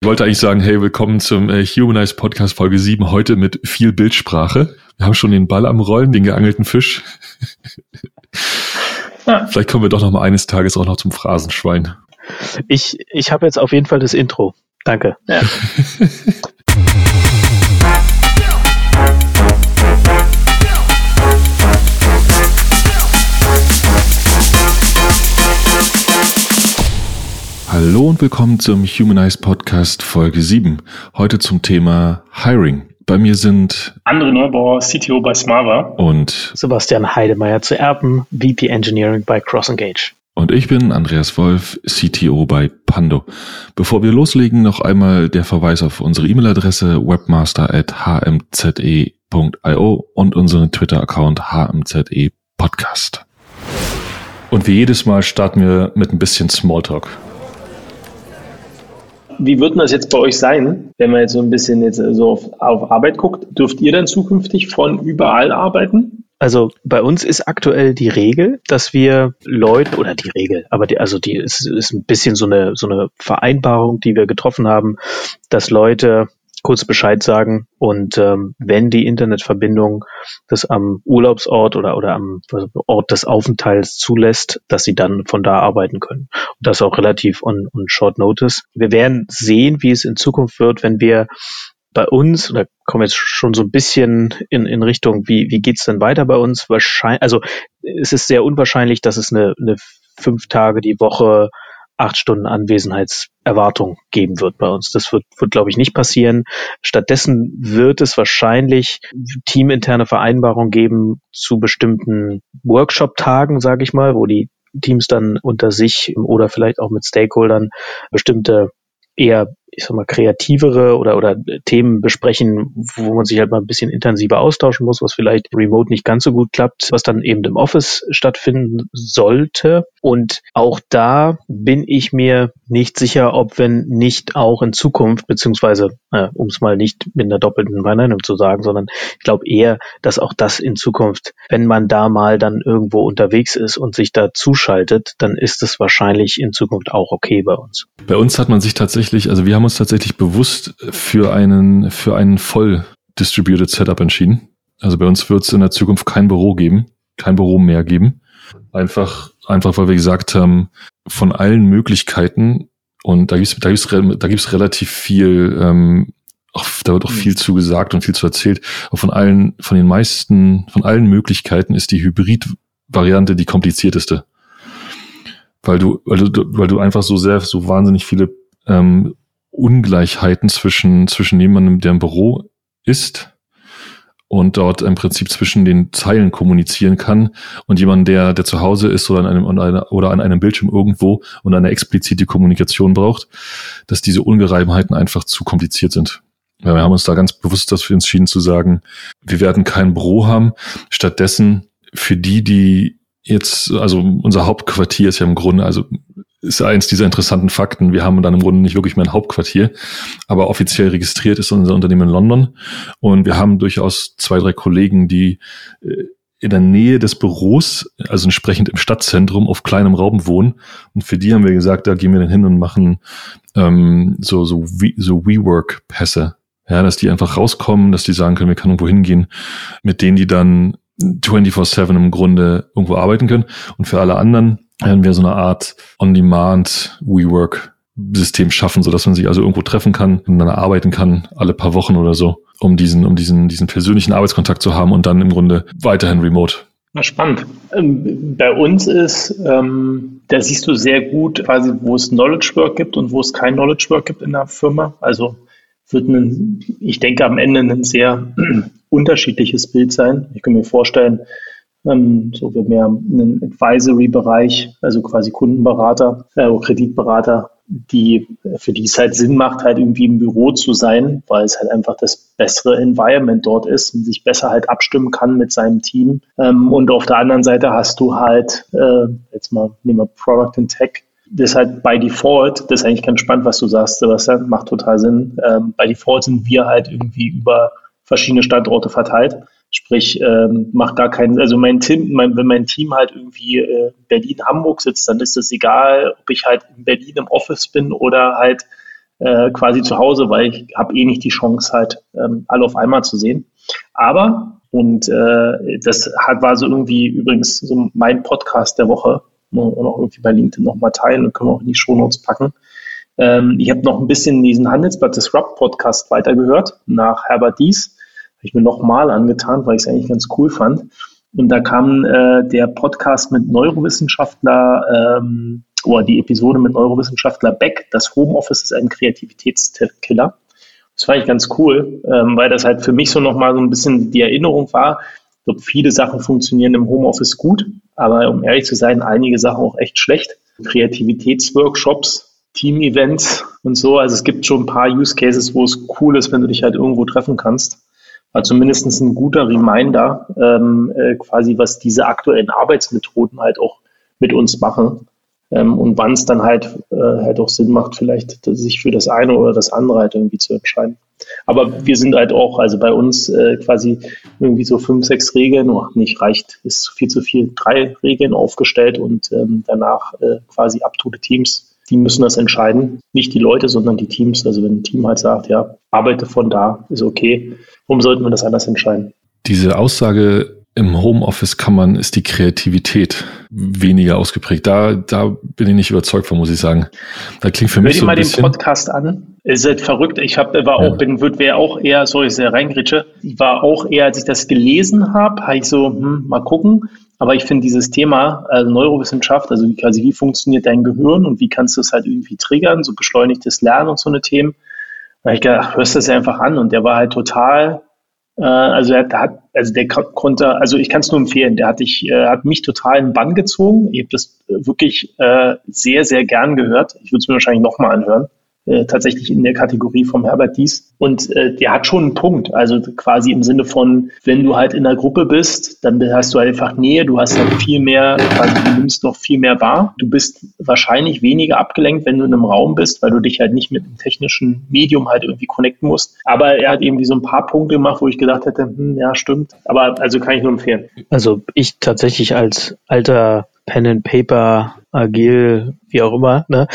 wollte eigentlich sagen, hey, willkommen zum Humanize Podcast Folge 7, heute mit viel Bildsprache. Wir haben schon den Ball am Rollen, den geangelten Fisch. Ja. Vielleicht kommen wir doch noch mal eines Tages auch noch zum Phrasenschwein. Ich habe jetzt auf jeden Fall das Intro. Danke. Ja. Hallo und willkommen zum Humanize Podcast Folge 7. Heute zum Thema Hiring. Bei mir sind André Neubauer, CTO bei Smava und Sebastian Heidemeyer zu Erpen, VP Engineering bei CrossEngage. Und ich bin Andreas Wolf, CTO bei Pando. Bevor wir loslegen, noch einmal der Verweis auf unsere E-Mail-Adresse webmaster@hmze.io und unseren Twitter-Account hmze-podcast. Und wie jedes Mal starten wir mit ein bisschen Smalltalk. Wie wird denn das jetzt bei euch sein, wenn man jetzt so ein bisschen jetzt so auf Arbeit guckt? Dürft ihr dann zukünftig von überall arbeiten? Also bei uns ist aktuell die Regel, dass wir Leute, oder die Regel, aber die ist ein bisschen so eine Vereinbarung, die wir getroffen haben, dass Leute kurz Bescheid sagen und wenn die Internetverbindung das am Urlaubsort oder am Ort des Aufenthalts zulässt, dass sie dann von da arbeiten können. Und das auch relativ on short notice. Wir werden sehen, wie es in Zukunft wird, wenn wir bei uns, oder kommen wir jetzt schon so ein bisschen in Richtung, wie geht's denn weiter bei uns? Wahrscheinlich, also es ist sehr unwahrscheinlich, dass es eine 5 Tage die Woche 8 Stunden Anwesenheitserwartung geben wird bei uns. Das wird glaube ich, nicht passieren. Stattdessen wird es wahrscheinlich teaminterne Vereinbarungen geben zu bestimmten Workshop-Tagen, sage ich mal, wo die Teams dann unter sich oder vielleicht auch mit Stakeholdern bestimmte eher, ich sag mal, kreativere oder Themen besprechen, wo man sich halt mal ein bisschen intensiver austauschen muss, was vielleicht remote nicht ganz so gut klappt, was dann eben im Office stattfinden sollte. Und auch da bin ich mir nicht sicher, ob wenn nicht auch in Zukunft, beziehungsweise, um es mal nicht mit einer doppelten Verneinung zu sagen, sondern ich glaube eher, dass auch das in Zukunft, wenn man da mal dann irgendwo unterwegs ist und sich da zuschaltet, dann ist es wahrscheinlich in Zukunft auch okay bei uns. Bei uns hat man sich tatsächlich, also wir haben uns tatsächlich bewusst für einen voll distributed Setup entschieden. Also bei uns wird es in der Zukunft kein Büro mehr geben. Einfach weil wir gesagt haben, von allen Möglichkeiten, und da gibt's relativ viel, da wird auch viel zu gesagt und viel zu erzählt, aber von allen Möglichkeiten ist die Hybrid-Variante die komplizierteste. Weil du einfach so wahnsinnig viele Ungleichheiten zwischen jemandem, der im Büro ist und dort im Prinzip zwischen den Zeilen kommunizieren kann, und jemandem, der zu Hause ist oder an einem Bildschirm irgendwo und eine explizite Kommunikation braucht, dass diese Ungereimheiten einfach zu kompliziert sind. Ja, wir haben uns da ganz bewusst dafür entschieden zu sagen, wir werden kein Büro haben. Stattdessen für die jetzt, also unser Hauptquartier ist ja im Grunde, also ist eins dieser interessanten Fakten. Wir haben dann im Grunde nicht wirklich mehr ein Hauptquartier, aber offiziell registriert ist unser Unternehmen in London, und wir haben durchaus 2, 3 Kollegen, die in der Nähe des Büros, also entsprechend im Stadtzentrum, auf kleinem Raum wohnen, und für die haben wir gesagt, da gehen wir dann hin und machen so WeWork-Pässe. Ja, dass die einfach rauskommen, dass die sagen können, wir können irgendwo hingehen, mit denen die dann 24/7 im Grunde irgendwo arbeiten können. Und für alle anderen werden wir so eine Art On-Demand WeWork-System schaffen, sodass man sich also irgendwo treffen kann und dann arbeiten kann, alle paar Wochen oder so, um diesen persönlichen Arbeitskontakt zu haben und dann im Grunde weiterhin remote. Na, spannend. Bei uns ist, da siehst du sehr gut quasi, wo es Knowledge Work gibt und wo es kein Knowledge Work gibt in der Firma. Also wird ich denke, am Ende ein sehr unterschiedliches Bild sein. Ich kann mir vorstellen, so wir mehr einen Advisory-Bereich, also quasi Kundenberater, Kreditberater, für die es halt Sinn macht, halt irgendwie im Büro zu sein, weil es halt einfach das bessere Environment dort ist und sich besser halt abstimmen kann mit seinem Team. Und auf der anderen Seite hast du halt, jetzt mal nehmen wir Product and Tech, das ist halt by Default, das ist eigentlich ganz spannend, was du sagst, Sebastian, macht total Sinn. By Default sind wir halt irgendwie über verschiedene Standorte verteilt. Sprich, macht gar keinen, also wenn mein Team halt irgendwie Berlin, Hamburg sitzt, dann ist es egal, ob ich halt in Berlin im Office bin oder halt quasi zu Hause, weil ich habe eh nicht die Chance halt alle auf einmal zu sehen. Aber, und das war so irgendwie übrigens so mein Podcast der Woche, und auch irgendwie bei LinkedIn nochmal teilen und können wir auch in die Shownotes packen. Ich habe noch ein bisschen diesen Handelsblatt Disrupt Podcast weitergehört nach Herbert Dies. Habe ich mir nochmal angetan, weil ich es eigentlich ganz cool fand. Und da kam der Podcast mit Neurowissenschaftler, oder die Episode mit Neurowissenschaftler Beck, das Homeoffice ist ein Kreativitätskiller. Das fand ich ganz cool, weil das halt für mich so nochmal so ein bisschen die Erinnerung war. Ich glaube, viele Sachen funktionieren im Homeoffice gut, aber um ehrlich zu sein, einige Sachen auch echt schlecht. Kreativitätsworkshops, Team-Events und so. Also es gibt schon ein paar Use Cases, wo es cool ist, wenn du dich halt irgendwo treffen kannst. War zumindest ein guter Reminder, quasi was diese aktuellen Arbeitsmethoden halt auch mit uns machen. Und wann es dann halt auch Sinn macht, vielleicht sich für das eine oder das andere halt irgendwie zu entscheiden. Aber wir sind halt auch, also bei uns quasi irgendwie so 5, 6 Regeln, nicht reicht, ist viel zu viel, 3 Regeln aufgestellt und danach quasi up-to-the Teams. Die müssen das entscheiden, nicht die Leute, sondern die Teams. Also wenn ein Team halt sagt, ja, arbeite von da, ist okay, warum sollten wir das anders entscheiden? Diese Aussage, im Homeoffice ist die Kreativität weniger ausgeprägt. Da bin ich nicht überzeugt von, muss ich sagen. Da klingt für mich so ein bisschen... Hör dir mal den Podcast an. Ist halt verrückt. Ich wäre auch eher, sorry, sehr reingritsche. Ich war auch eher, als ich das gelesen habe ich so, mal gucken. Aber ich finde dieses Thema, also Neurowissenschaft, also quasi wie funktioniert dein Gehirn und wie kannst du es halt irgendwie triggern, so beschleunigtes Lernen und so eine Themen. Da habe ich gedacht, hörst du das einfach an und der war halt total... ich kann es nur empfehlen, der hat mich total in den Bann gezogen. Ich habe das wirklich sehr, sehr gern gehört. Ich würde es mir wahrscheinlich nochmal anhören. Tatsächlich in der Kategorie vom Herbert Dies. Und der hat schon einen Punkt. Also quasi im Sinne von, wenn du halt in einer Gruppe bist, dann hast du halt einfach Nähe, du hast halt viel mehr, quasi du nimmst noch viel mehr wahr. Du bist wahrscheinlich weniger abgelenkt, wenn du in einem Raum bist, weil du dich halt nicht mit dem technischen Medium halt irgendwie connecten musst. Aber er hat irgendwie so ein paar Punkte gemacht, wo ich gedacht hätte, ja, stimmt. Aber also kann ich nur empfehlen. Also ich tatsächlich als alter Pen and Paper, agil, wie auch immer, ne,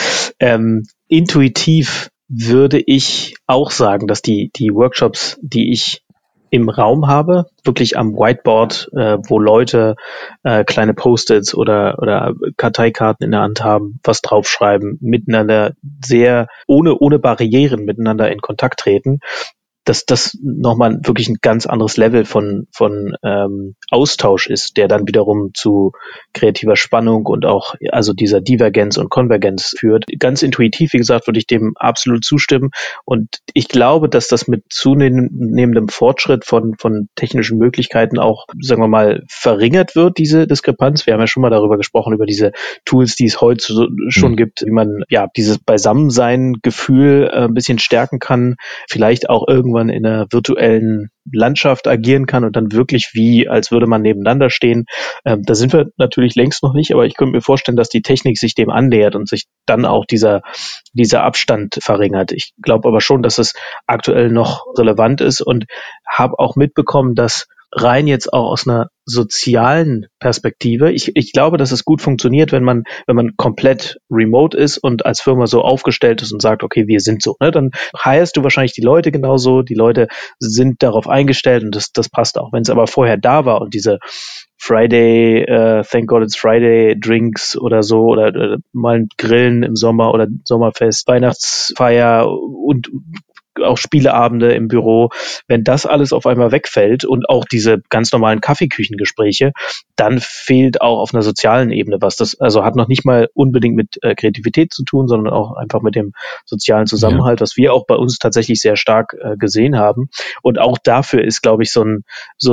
intuitiv würde ich auch sagen, dass die Workshops, die ich im Raum habe, wirklich am Whiteboard, wo Leute kleine Post-its oder Karteikarten in der Hand haben, was draufschreiben, miteinander sehr ohne Barrieren miteinander in Kontakt treten, dass das nochmal wirklich ein ganz anderes Level von Austausch ist, der dann wiederum zu kreativer Spannung und auch also dieser Divergenz und Konvergenz führt. Ganz intuitiv, wie gesagt, würde ich dem absolut zustimmen. Und ich glaube, dass das mit zunehmendem Fortschritt von technischen Möglichkeiten auch, sagen wir mal, verringert wird, diese Diskrepanz. Wir haben ja schon mal darüber gesprochen, über diese Tools, die es heute schon gibt, wie man ja dieses Beisammensein-Gefühl ein bisschen stärken kann, vielleicht auch irgendwann in einer virtuellen Landschaft agieren kann und dann wirklich als würde man nebeneinander stehen. Da sind wir natürlich längst noch nicht, aber ich könnte mir vorstellen, dass die Technik sich dem annähert und sich dann auch dieser Abstand verringert. Ich glaube aber schon, dass es aktuell noch relevant ist und habe auch mitbekommen, dass rein jetzt auch aus einer sozialen Perspektive. Ich glaube, dass es gut funktioniert, wenn man komplett remote ist und als Firma so aufgestellt ist und sagt, okay, wir sind so, ne? Dann hirest du wahrscheinlich die Leute genauso, die Leute sind darauf eingestellt und das passt auch. Wenn es aber vorher da war und diese Friday, Thank God It's Friday Drinks oder so oder mal ein Grillen im Sommer oder Sommerfest, Weihnachtsfeier und auch Spieleabende im Büro, wenn das alles auf einmal wegfällt und auch diese ganz normalen Kaffeeküchengespräche, dann fehlt auch auf einer sozialen Ebene was. Das also hat noch nicht mal unbedingt mit Kreativität zu tun, sondern auch einfach mit dem sozialen Zusammenhalt, was wir auch bei uns tatsächlich sehr stark gesehen haben. Und auch dafür ist, glaube ich, eine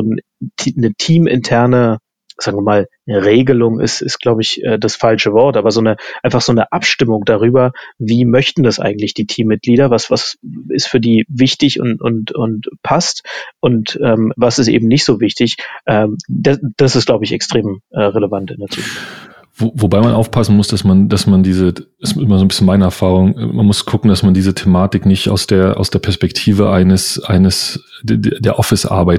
teaminterne, sagen wir mal, eine Regelung ist glaube ich, das falsche Wort, aber einfach so eine Abstimmung darüber, wie möchten das eigentlich die Teammitglieder, was ist für die wichtig und passt und was ist eben nicht so wichtig. Das ist, glaube ich, extrem relevant in der Zukunft. Wobei man aufpassen muss, dass man das ist immer so ein bisschen meine Erfahrung, man muss gucken, dass man diese Thematik nicht aus der Perspektive der Office-Arbeit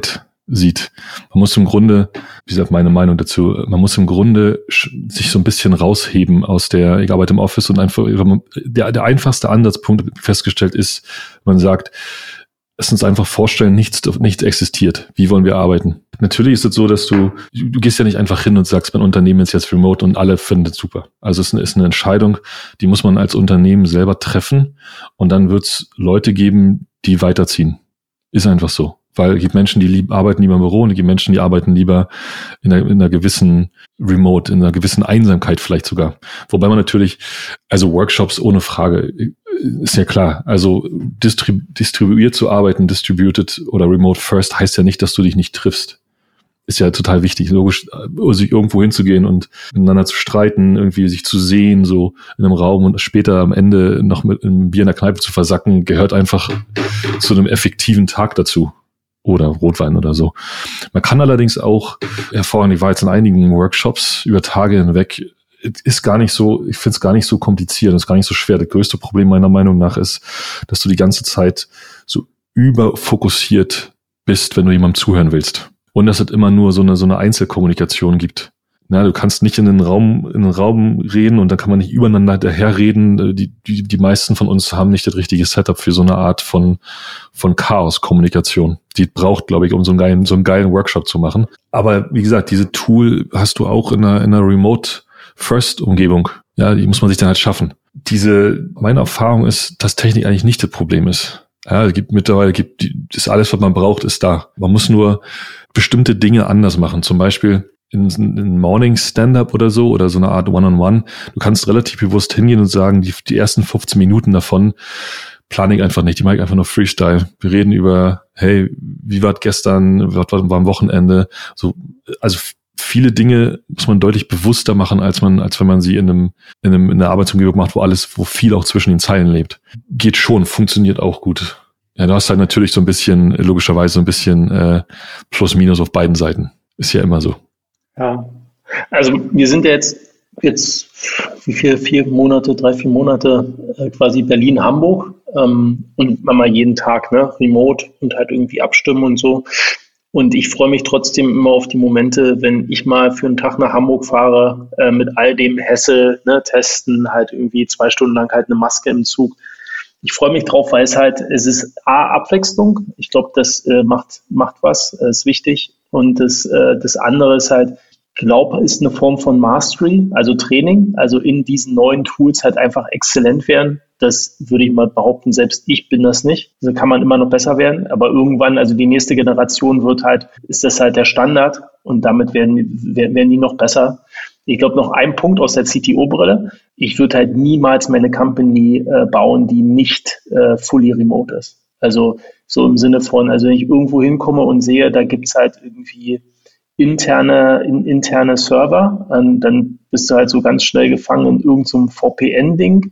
sieht. Man muss im Grunde, wie gesagt, meine Meinung dazu, man muss im Grunde sich so ein bisschen rausheben aus ich arbeite im Office und einfach, der einfachste Ansatzpunkt festgestellt ist, man sagt, lass uns einfach vorstellen, nichts existiert. Wie wollen wir arbeiten? Natürlich ist es so, dass du gehst ja nicht einfach hin und sagst, mein Unternehmen ist jetzt remote und alle finden es super. Also es ist eine Entscheidung, die muss man als Unternehmen selber treffen und dann wird es Leute geben, die weiterziehen. Ist einfach so. Weil es gibt Menschen, die arbeiten lieber im Büro und es gibt Menschen, die arbeiten lieber in einer gewissen Remote, in einer gewissen Einsamkeit vielleicht sogar. Wobei man natürlich, also Workshops ohne Frage, ist ja klar. Also distribuiert zu arbeiten, distributed oder remote first heißt ja nicht, dass du dich nicht triffst. Ist ja total wichtig, logisch, sich irgendwo hinzugehen und miteinander zu streiten, irgendwie sich zu sehen, so in einem Raum und später am Ende noch mit einem Bier in der Kneipe zu versacken, gehört einfach zu einem effektiven Tag dazu. Oder Rotwein oder so. Man kann allerdings auch hervorragend, ich war jetzt in einigen Workshops über Tage hinweg, ist gar nicht so, ich finde es gar nicht so kompliziert, ist gar nicht so schwer. Das größte Problem meiner Meinung nach ist, dass du die ganze Zeit so überfokussiert bist, wenn du jemandem zuhören willst. Und dass es immer nur so eine Einzelkommunikation gibt. Na, du kannst nicht in den Raum reden und dann kann man nicht übereinander daherreden. Die meisten von uns haben nicht das richtige Setup für so eine Art von Chaos-Kommunikation. Die braucht, glaube ich, um so einen geilen Workshop zu machen. Aber wie gesagt, diese Tool hast du auch in einer Remote-First-Umgebung. Ja, die muss man sich dann halt schaffen. Meine Erfahrung ist, dass Technik eigentlich nicht das Problem ist. Ja, ist alles, was man braucht, ist da. Man muss nur bestimmte Dinge anders machen. Zum Beispiel in Morning Stand-up oder so eine Art One-on-One. Du kannst relativ bewusst hingehen und sagen, die ersten 15 Minuten davon plane ich einfach nicht. Die mache ich einfach nur Freestyle. Wir reden über, hey, wie war es gestern? Was war am Wochenende? So, also viele Dinge muss man deutlich bewusster machen, als wenn man sie in einer Arbeitsumgebung macht, wo viel auch zwischen den Zeilen lebt. Geht schon, funktioniert auch gut. Ja, du hast halt natürlich logischerweise so ein bisschen Plus Minus auf beiden Seiten. Ist ja immer so. Ja, also wir sind ja jetzt wie viel, 3-4 Monate quasi Berlin-Hamburg und mal jeden Tag, ne, remote und halt irgendwie abstimmen und so. Und ich freue mich trotzdem immer auf die Momente, wenn ich mal für einen Tag nach Hamburg fahre, mit all dem Hassel, ne, testen, halt irgendwie 2 Stunden lang halt eine Maske im Zug. Ich freue mich drauf, weil es ist Abwechslung. Ich glaube, das macht was, ist wichtig. Und das andere ist halt, ist eine Form von Mastery, also Training, also in diesen neuen Tools halt einfach exzellent werden. Das würde ich mal behaupten, selbst ich bin das nicht. Also kann man immer noch besser werden, aber irgendwann, also die nächste Generation ist das halt der Standard und damit werden die noch besser. Ich glaube, noch ein Punkt aus der CTO-Brille. Ich würde halt niemals meine Company bauen, die nicht fully remote ist. Also so im Sinne von, also wenn ich irgendwo hinkomme und sehe, da gibt's halt irgendwie interne Server, dann bist du halt so ganz schnell gefangen in irgendeinem VPN-Ding.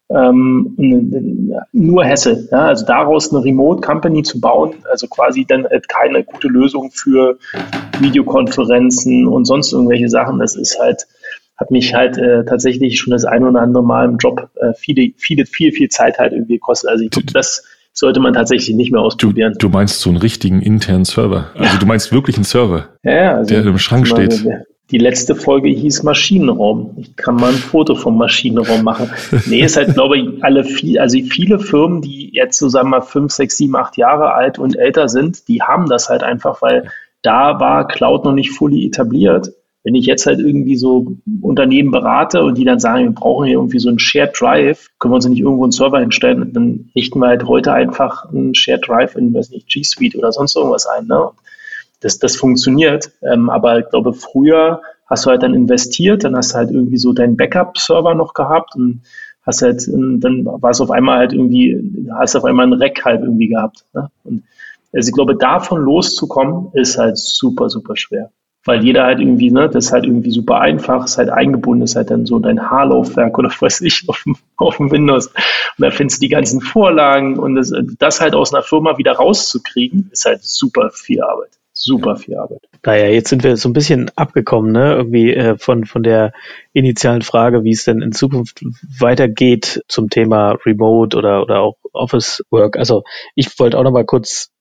Nur Hassel. Ja? Also daraus eine Remote-Company zu bauen, also quasi dann keine gute Lösung für Videokonferenzen und sonst irgendwelche Sachen, das ist halt, hat mich halt tatsächlich schon das ein oder andere Mal im Job viel Zeit halt irgendwie gekostet. Also ich glaube, das sollte man tatsächlich nicht mehr ausprobieren. Du meinst so einen richtigen internen Server? Ja. Also du meinst wirklich einen Server, also der im Schrank steht? Die letzte Folge hieß Maschinenraum. Ich kann mal ein Foto vom Maschinenraum machen. Nee, ist halt, glaube ich, viele Firmen, die jetzt so, sagen wir mal, 5, 6, 7, 8 Jahre alt und älter sind, die haben das halt einfach, weil da war Cloud noch nicht fully etabliert. Wenn ich jetzt halt irgendwie so Unternehmen berate und die dann sagen, wir brauchen hier irgendwie so einen Shared Drive, können wir uns nicht irgendwo einen Server hinstellen, dann richten wir halt heute einfach einen Shared Drive in, weiß nicht, G Suite oder sonst irgendwas ein, ne? Das funktioniert, aber ich glaube, früher hast du halt dann investiert, dann hast du halt irgendwie so deinen Backup-Server noch gehabt und hast halt, dann war es auf einmal halt irgendwie, hast auf einmal einen Rack halt irgendwie gehabt, ne? Und also ich glaube, davon loszukommen, ist halt super, super schwer. Weil jeder halt irgendwie, ne, das ist halt irgendwie super einfach, ist halt eingebunden, ist halt dann so dein H-Laufwerk oder was weiß ich auf dem Windows. Und da findest du die ganzen Vorlagen und das halt aus einer Firma wieder rauszukriegen, ist halt super viel Arbeit. Super viel Arbeit. Naja, jetzt sind wir so ein bisschen abgekommen, ne? Irgendwie von der initialen Frage, wie es denn in Zukunft weitergeht zum Thema Remote oder auch Office Work. Also ich wollte auch noch mal kurz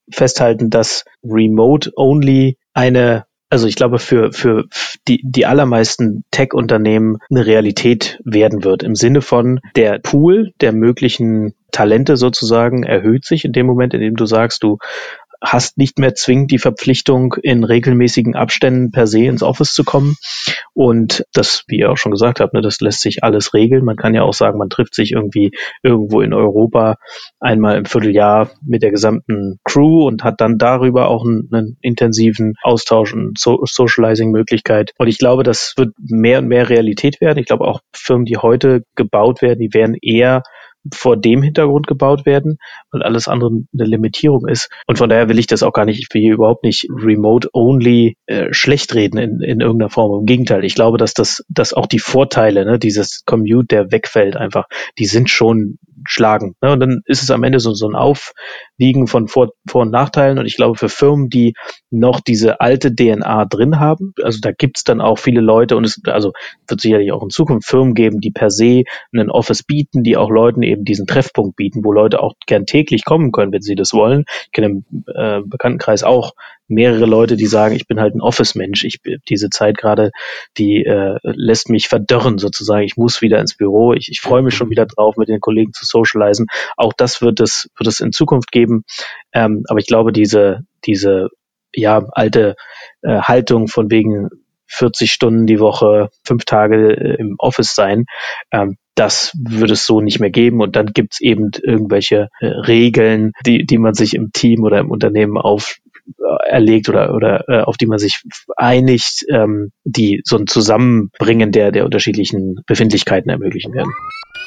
festhalten, dass Remote-Only also ich glaube, für die allermeisten Tech-Unternehmen eine Realität werden wird. Im Sinne von, der Pool der möglichen Talente sozusagen erhöht sich in dem Moment, in dem du sagst, du hast nicht mehr zwingend die Verpflichtung, in regelmäßigen Abständen per se ins Office zu kommen. Und das, wie ihr auch schon gesagt habt, das lässt sich alles regeln. Man kann ja auch sagen, man trifft sich irgendwie irgendwo in Europa einmal im Vierteljahr mit der gesamten Crew und hat dann darüber auch einen intensiven Austausch und Socializing-Möglichkeit. Und ich glaube, das wird mehr und mehr Realität werden. Ich glaube auch Firmen, die heute gebaut werden, die werden eher vor dem Hintergrund gebaut werden, weil alles andere eine Limitierung ist. Und von daher will ich das auch gar nicht, ich will hier überhaupt nicht remote-only schlecht reden in irgendeiner Form. Im Gegenteil, ich glaube, dass auch die Vorteile, dieses Commute, der wegfällt einfach, die sind schon schlagend. Und dann ist es am Ende so ein Aufwiegen von Vor- und Nachteilen. Und ich glaube, für Firmen, die noch diese alte DNA drin haben, also da gibt's dann auch viele Leute und es wird sicherlich auch in Zukunft Firmen geben, die per se einen Office bieten, die auch Leuten eben diesen Treffpunkt bieten, wo Leute auch gern täglich kommen können, wenn sie das wollen. Ich kenne im Bekanntenkreis auch mehrere Leute, die sagen, ich bin halt ein Office-Mensch. Diese Zeit gerade, die lässt mich verdörren sozusagen. Ich muss wieder ins Büro. Ich freue mich schon wieder drauf, mit den Kollegen zu socialisen. Auch das wird es in Zukunft geben. Aber ich glaube, diese alte Haltung von wegen 40 Stunden die Woche, 5 Tage im Office sein, das wird es so nicht mehr geben. Und dann gibt es eben irgendwelche Regeln, die man sich im Team oder im Unternehmen erlegt oder auf die man sich einigt, die so ein Zusammenbringen der unterschiedlichen Befindlichkeiten ermöglichen werden.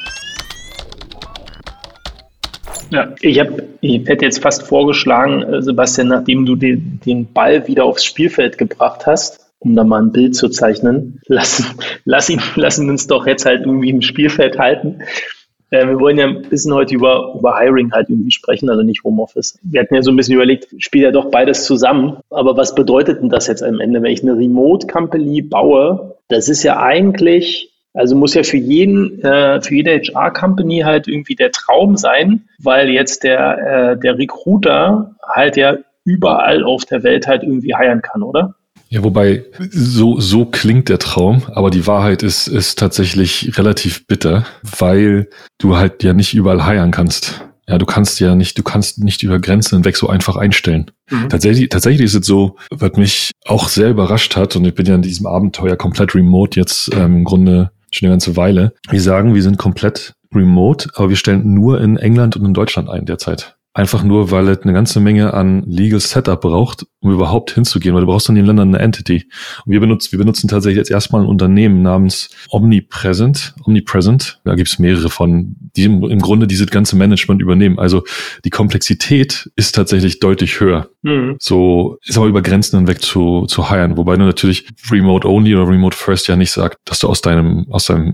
Ja, ich hätte jetzt fast vorgeschlagen, Sebastian, nachdem du den Ball wieder aufs Spielfeld gebracht hast, um da mal ein Bild zu zeichnen, lass ihn uns doch jetzt halt irgendwie im Spielfeld halten. Wir wollen ja ein bisschen heute über Hiring halt irgendwie sprechen, also nicht Homeoffice. Wir hatten ja so ein bisschen überlegt, spielt ja doch beides zusammen. Aber was bedeutet denn das jetzt am Ende, wenn ich eine Remote Company baue? Das ist ja eigentlich, also muss ja für jede HR-Company halt irgendwie der Traum sein, weil jetzt der Recruiter halt ja überall auf der Welt halt irgendwie hiren kann, oder? Ja, wobei, so klingt der Traum, aber die Wahrheit ist tatsächlich relativ bitter, weil du halt ja nicht überall hiren kannst. Ja, du kannst nicht über Grenzen hinweg so einfach einstellen. Mhm. Tatsächlich ist es so, was mich auch sehr überrascht hat, und ich bin ja in diesem Abenteuer komplett remote jetzt im Grunde schon eine ganze Weile. Wir sagen, wir sind komplett remote, aber wir stellen nur in England und in Deutschland ein derzeit. Einfach nur, weil es eine ganze Menge an Legal Setup braucht, um überhaupt hinzugehen, weil du brauchst in den Ländern eine Entity. Und wir benutzen tatsächlich jetzt erstmal ein Unternehmen namens Omnipresent. Da gibt es mehrere von, die im Grunde dieses ganze Management übernehmen. Also die Komplexität ist tatsächlich deutlich höher. Mhm. So ist aber über Grenzen hinweg zu hiren. Wobei du natürlich Remote Only oder Remote First ja nicht sagt, dass du aus deinem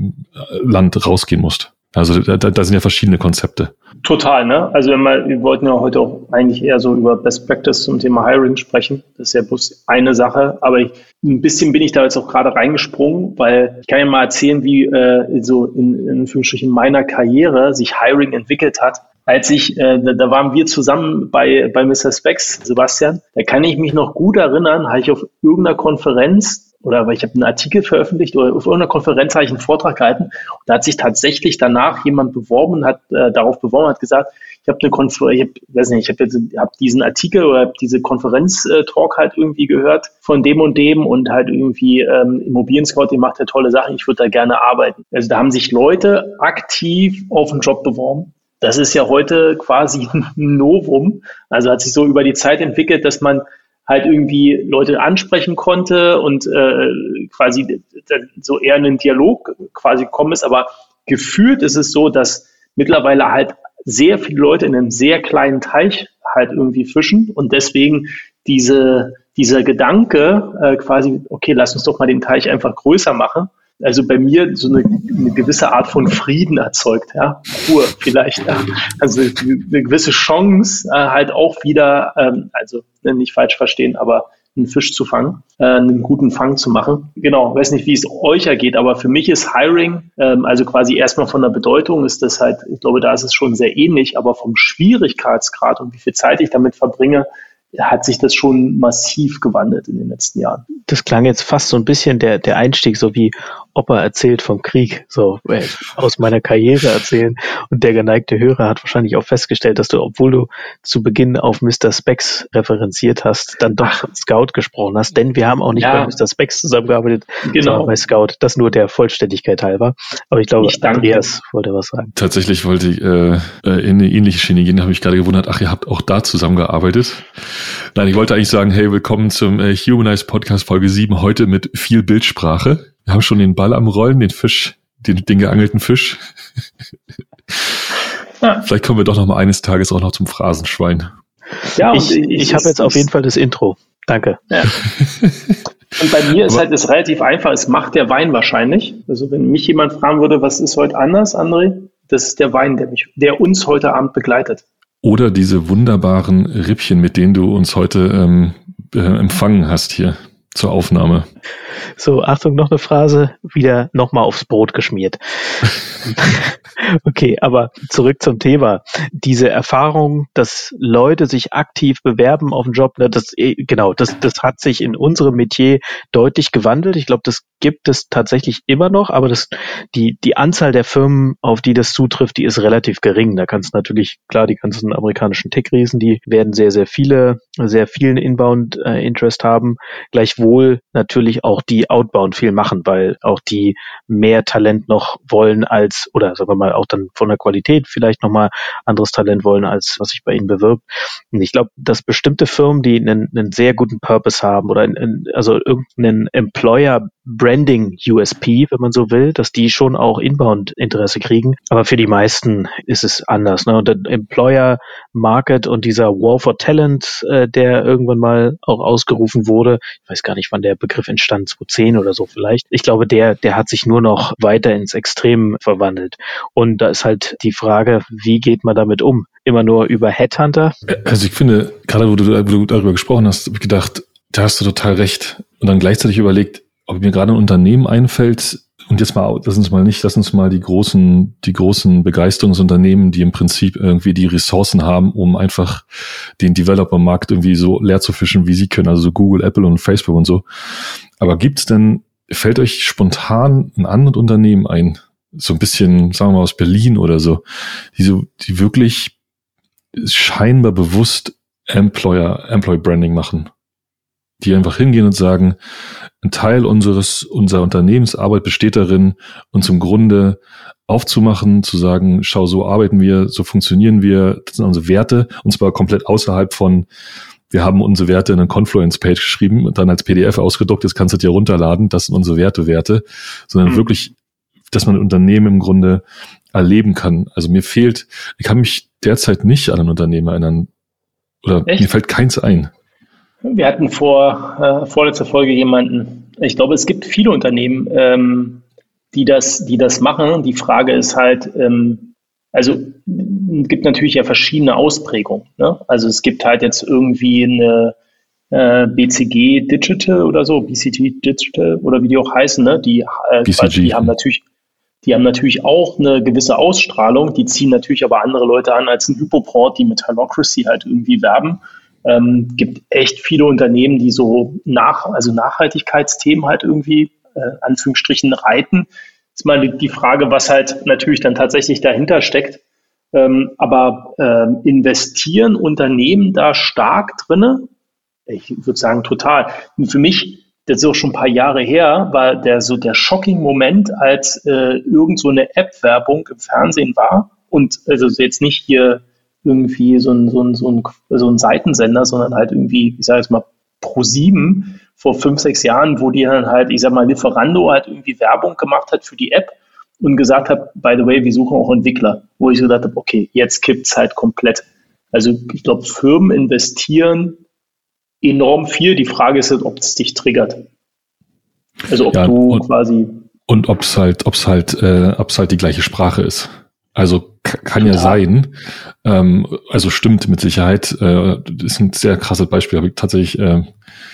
Land rausgehen musst. Also da sind ja verschiedene Konzepte. Total, ne? Also wir wollten ja heute auch eigentlich eher so über Best Practice zum Thema Hiring sprechen. Das ist ja bloß eine Sache, aber ein bisschen bin ich da jetzt auch gerade reingesprungen, weil ich kann ja mal erzählen, wie so in Anführungsstrichen meiner Karriere sich Hiring entwickelt hat. Als da waren wir zusammen bei Mr. Specs, Sebastian, da kann ich mich noch gut erinnern, habe ich auf irgendeiner Konferenz weil ich habe einen Artikel veröffentlicht oder auf irgendeiner Konferenz habe ich einen Vortrag gehalten und da hat sich tatsächlich danach jemand beworben und hat gesagt, ich habe diesen Artikel oder diese Konferenz-Talk halt irgendwie gehört von dem und dem und halt irgendwie Immobilien-Scout, die macht ja tolle Sachen, ich würde da gerne arbeiten. Also da haben sich Leute aktiv auf einen Job beworben. Das ist ja heute quasi ein Novum. Also hat sich so über die Zeit entwickelt, dass man halt irgendwie Leute ansprechen konnte und quasi so eher in einen Dialog quasi gekommen ist. Aber gefühlt ist es so, dass mittlerweile halt sehr viele Leute in einem sehr kleinen Teich halt irgendwie fischen und deswegen dieser Gedanke quasi, okay, lass uns doch mal den Teich einfach größer machen, also bei mir so eine gewisse Art von Frieden erzeugt, ja, Ruhe vielleicht, ja. Also eine gewisse Chance halt auch wieder, also nicht falsch verstehen, aber einen Fisch zu fangen, einen guten Fang zu machen. Genau, weiß nicht, wie es euch ergeht, aber für mich ist Hiring, also quasi erstmal von der Bedeutung ist das halt, ich glaube, da ist es schon sehr ähnlich, aber vom Schwierigkeitsgrad und wie viel Zeit ich damit verbringe, hat sich das schon massiv gewandelt in den letzten Jahren. Das klang jetzt fast so ein bisschen der Einstieg, so wie Opa erzählt vom Krieg, so aus meiner Karriere erzählen. Und der geneigte Hörer hat wahrscheinlich auch festgestellt, dass du, obwohl du zu Beginn auf Mr. Spex referenziert hast, dann doch von Scout gesprochen hast. Denn wir haben auch nicht bei Mr. Spex zusammengearbeitet, sondern bei Scout. Das nur der Vollständigkeit halber. Aber ich glaube, Andreas wollte was sagen. Tatsächlich wollte ich in eine ähnliche Schiene gehen, habe ich gerade gewundert, ach, ihr habt auch da zusammengearbeitet. Nein, ich wollte eigentlich sagen, hey, willkommen zum Humanize Podcast Folge 7, heute mit viel Bildsprache. Wir haben schon den Ball am Rollen, den Fisch, den geangelten Fisch. Ja. Vielleicht kommen wir doch noch mal eines Tages auch noch zum Phrasenschwein. Ja, ich habe jetzt auf jeden Fall das Intro. Danke. Ja. Und bei mir ist halt das relativ einfach, es macht der Wein wahrscheinlich. Also wenn mich jemand fragen würde, was ist heute anders, André? Das ist der Wein, der uns heute Abend begleitet. Oder diese wunderbaren Rippchen, mit denen du uns heute empfangen hast hier zur Aufnahme. So, Achtung, noch eine Phrase, wieder nochmal aufs Brot geschmiert. Okay, aber zurück zum Thema. Diese Erfahrung, dass Leute sich aktiv bewerben auf einen Job, ne, das hat sich in unserem Metier deutlich gewandelt. Ich glaube, das gibt es tatsächlich immer noch, aber die Anzahl der Firmen, auf die das zutrifft, die ist relativ gering. Da kannst du natürlich, klar, die ganzen amerikanischen Tech-Riesen, die werden sehr, sehr vielen Inbound-Interest haben. Gleichwohl natürlich auch die Outbound viel machen, weil auch die mehr Talent noch wollen als, oder sagen wir mal, auch dann von der Qualität vielleicht nochmal anderes Talent wollen, als was sich bei ihnen bewirbt. Und ich glaube, dass bestimmte Firmen, die einen sehr guten Purpose haben oder also irgendeinen Employer-Branding USP, wenn man so will, dass die schon auch Inbound-Interesse kriegen. Aber für die meisten ist es anders. Ne? Und der Employer-Market und dieser War for Talent, der irgendwann mal auch ausgerufen wurde, ich weiß gar nicht, wann der Begriff entstand, 2010 oder so vielleicht. Ich glaube, der hat sich nur noch weiter ins Extrem verwandelt. Und da ist halt die Frage, wie geht man damit um? Immer nur über Headhunter? Also ich finde, gerade wo du darüber gesprochen hast, habe ich gedacht, da hast du total recht. Und dann gleichzeitig überlegt, ob mir gerade ein Unternehmen einfällt, und jetzt mal, lass uns mal die großen Begeisterungsunternehmen, die im Prinzip irgendwie die Ressourcen haben, um einfach den Developer-Markt irgendwie so leer zu fischen, wie sie können, also so Google, Apple und Facebook und so. Aber fällt euch spontan ein anderes Unternehmen ein, so ein bisschen, sagen wir mal, aus Berlin oder so, die wirklich scheinbar bewusst Employer Branding machen, die einfach hingehen und sagen, ein Teil unserer Unternehmensarbeit besteht darin, uns im Grunde aufzumachen, zu sagen, schau, so arbeiten wir, so funktionieren wir, das sind unsere Werte, und zwar komplett außerhalb von, wir haben unsere Werte in eine Confluence-Page geschrieben und dann als PDF ausgedruckt, jetzt kannst du dir runterladen, das sind unsere Werte, sondern wirklich, dass man ein Unternehmen im Grunde erleben kann. Also ich kann mich derzeit nicht an ein Unternehmen erinnern, oder mir fällt keins ein. Wir hatten vorletzter Folge jemanden, ich glaube, es gibt viele Unternehmen, die das machen. Die Frage ist halt, also es gibt natürlich ja verschiedene Ausprägungen. Ne? Also es gibt halt jetzt irgendwie eine BCG Digital oder so, BCG Digital oder wie die auch heißen, ne? Die haben natürlich auch eine gewisse Ausstrahlung, die ziehen natürlich aber andere Leute an als ein Hypoport, die mit Holacracy halt irgendwie werben. Gibt echt viele Unternehmen, die so Nachhaltigkeitsthemen halt irgendwie Anführungsstrichen reiten. Ist mal die Frage, was halt natürlich dann tatsächlich dahinter steckt. Aber investieren Unternehmen da stark drinne? Ich würde sagen, total. Und für mich, das ist auch schon ein paar Jahre her, war der shocking Moment, als irgend so eine App-Werbung im Fernsehen war und also jetzt nicht hier irgendwie so ein Seitensender, sondern halt irgendwie, ich sage jetzt mal Pro7 vor 5, 6 Jahren, wo die dann halt, ich sag mal, Lieferando halt irgendwie Werbung gemacht hat für die App und gesagt hat, by the way, wir suchen auch Entwickler, wo ich so gedacht habe, okay, jetzt kippt's halt komplett. Also ich glaube, Firmen investieren enorm viel. Die Frage ist halt, ob es dich triggert. Also ob du quasi... Und ob es halt die gleiche Sprache ist. Also kann ja sein, also stimmt mit Sicherheit, ist ein sehr krasses Beispiel, habe ich tatsächlich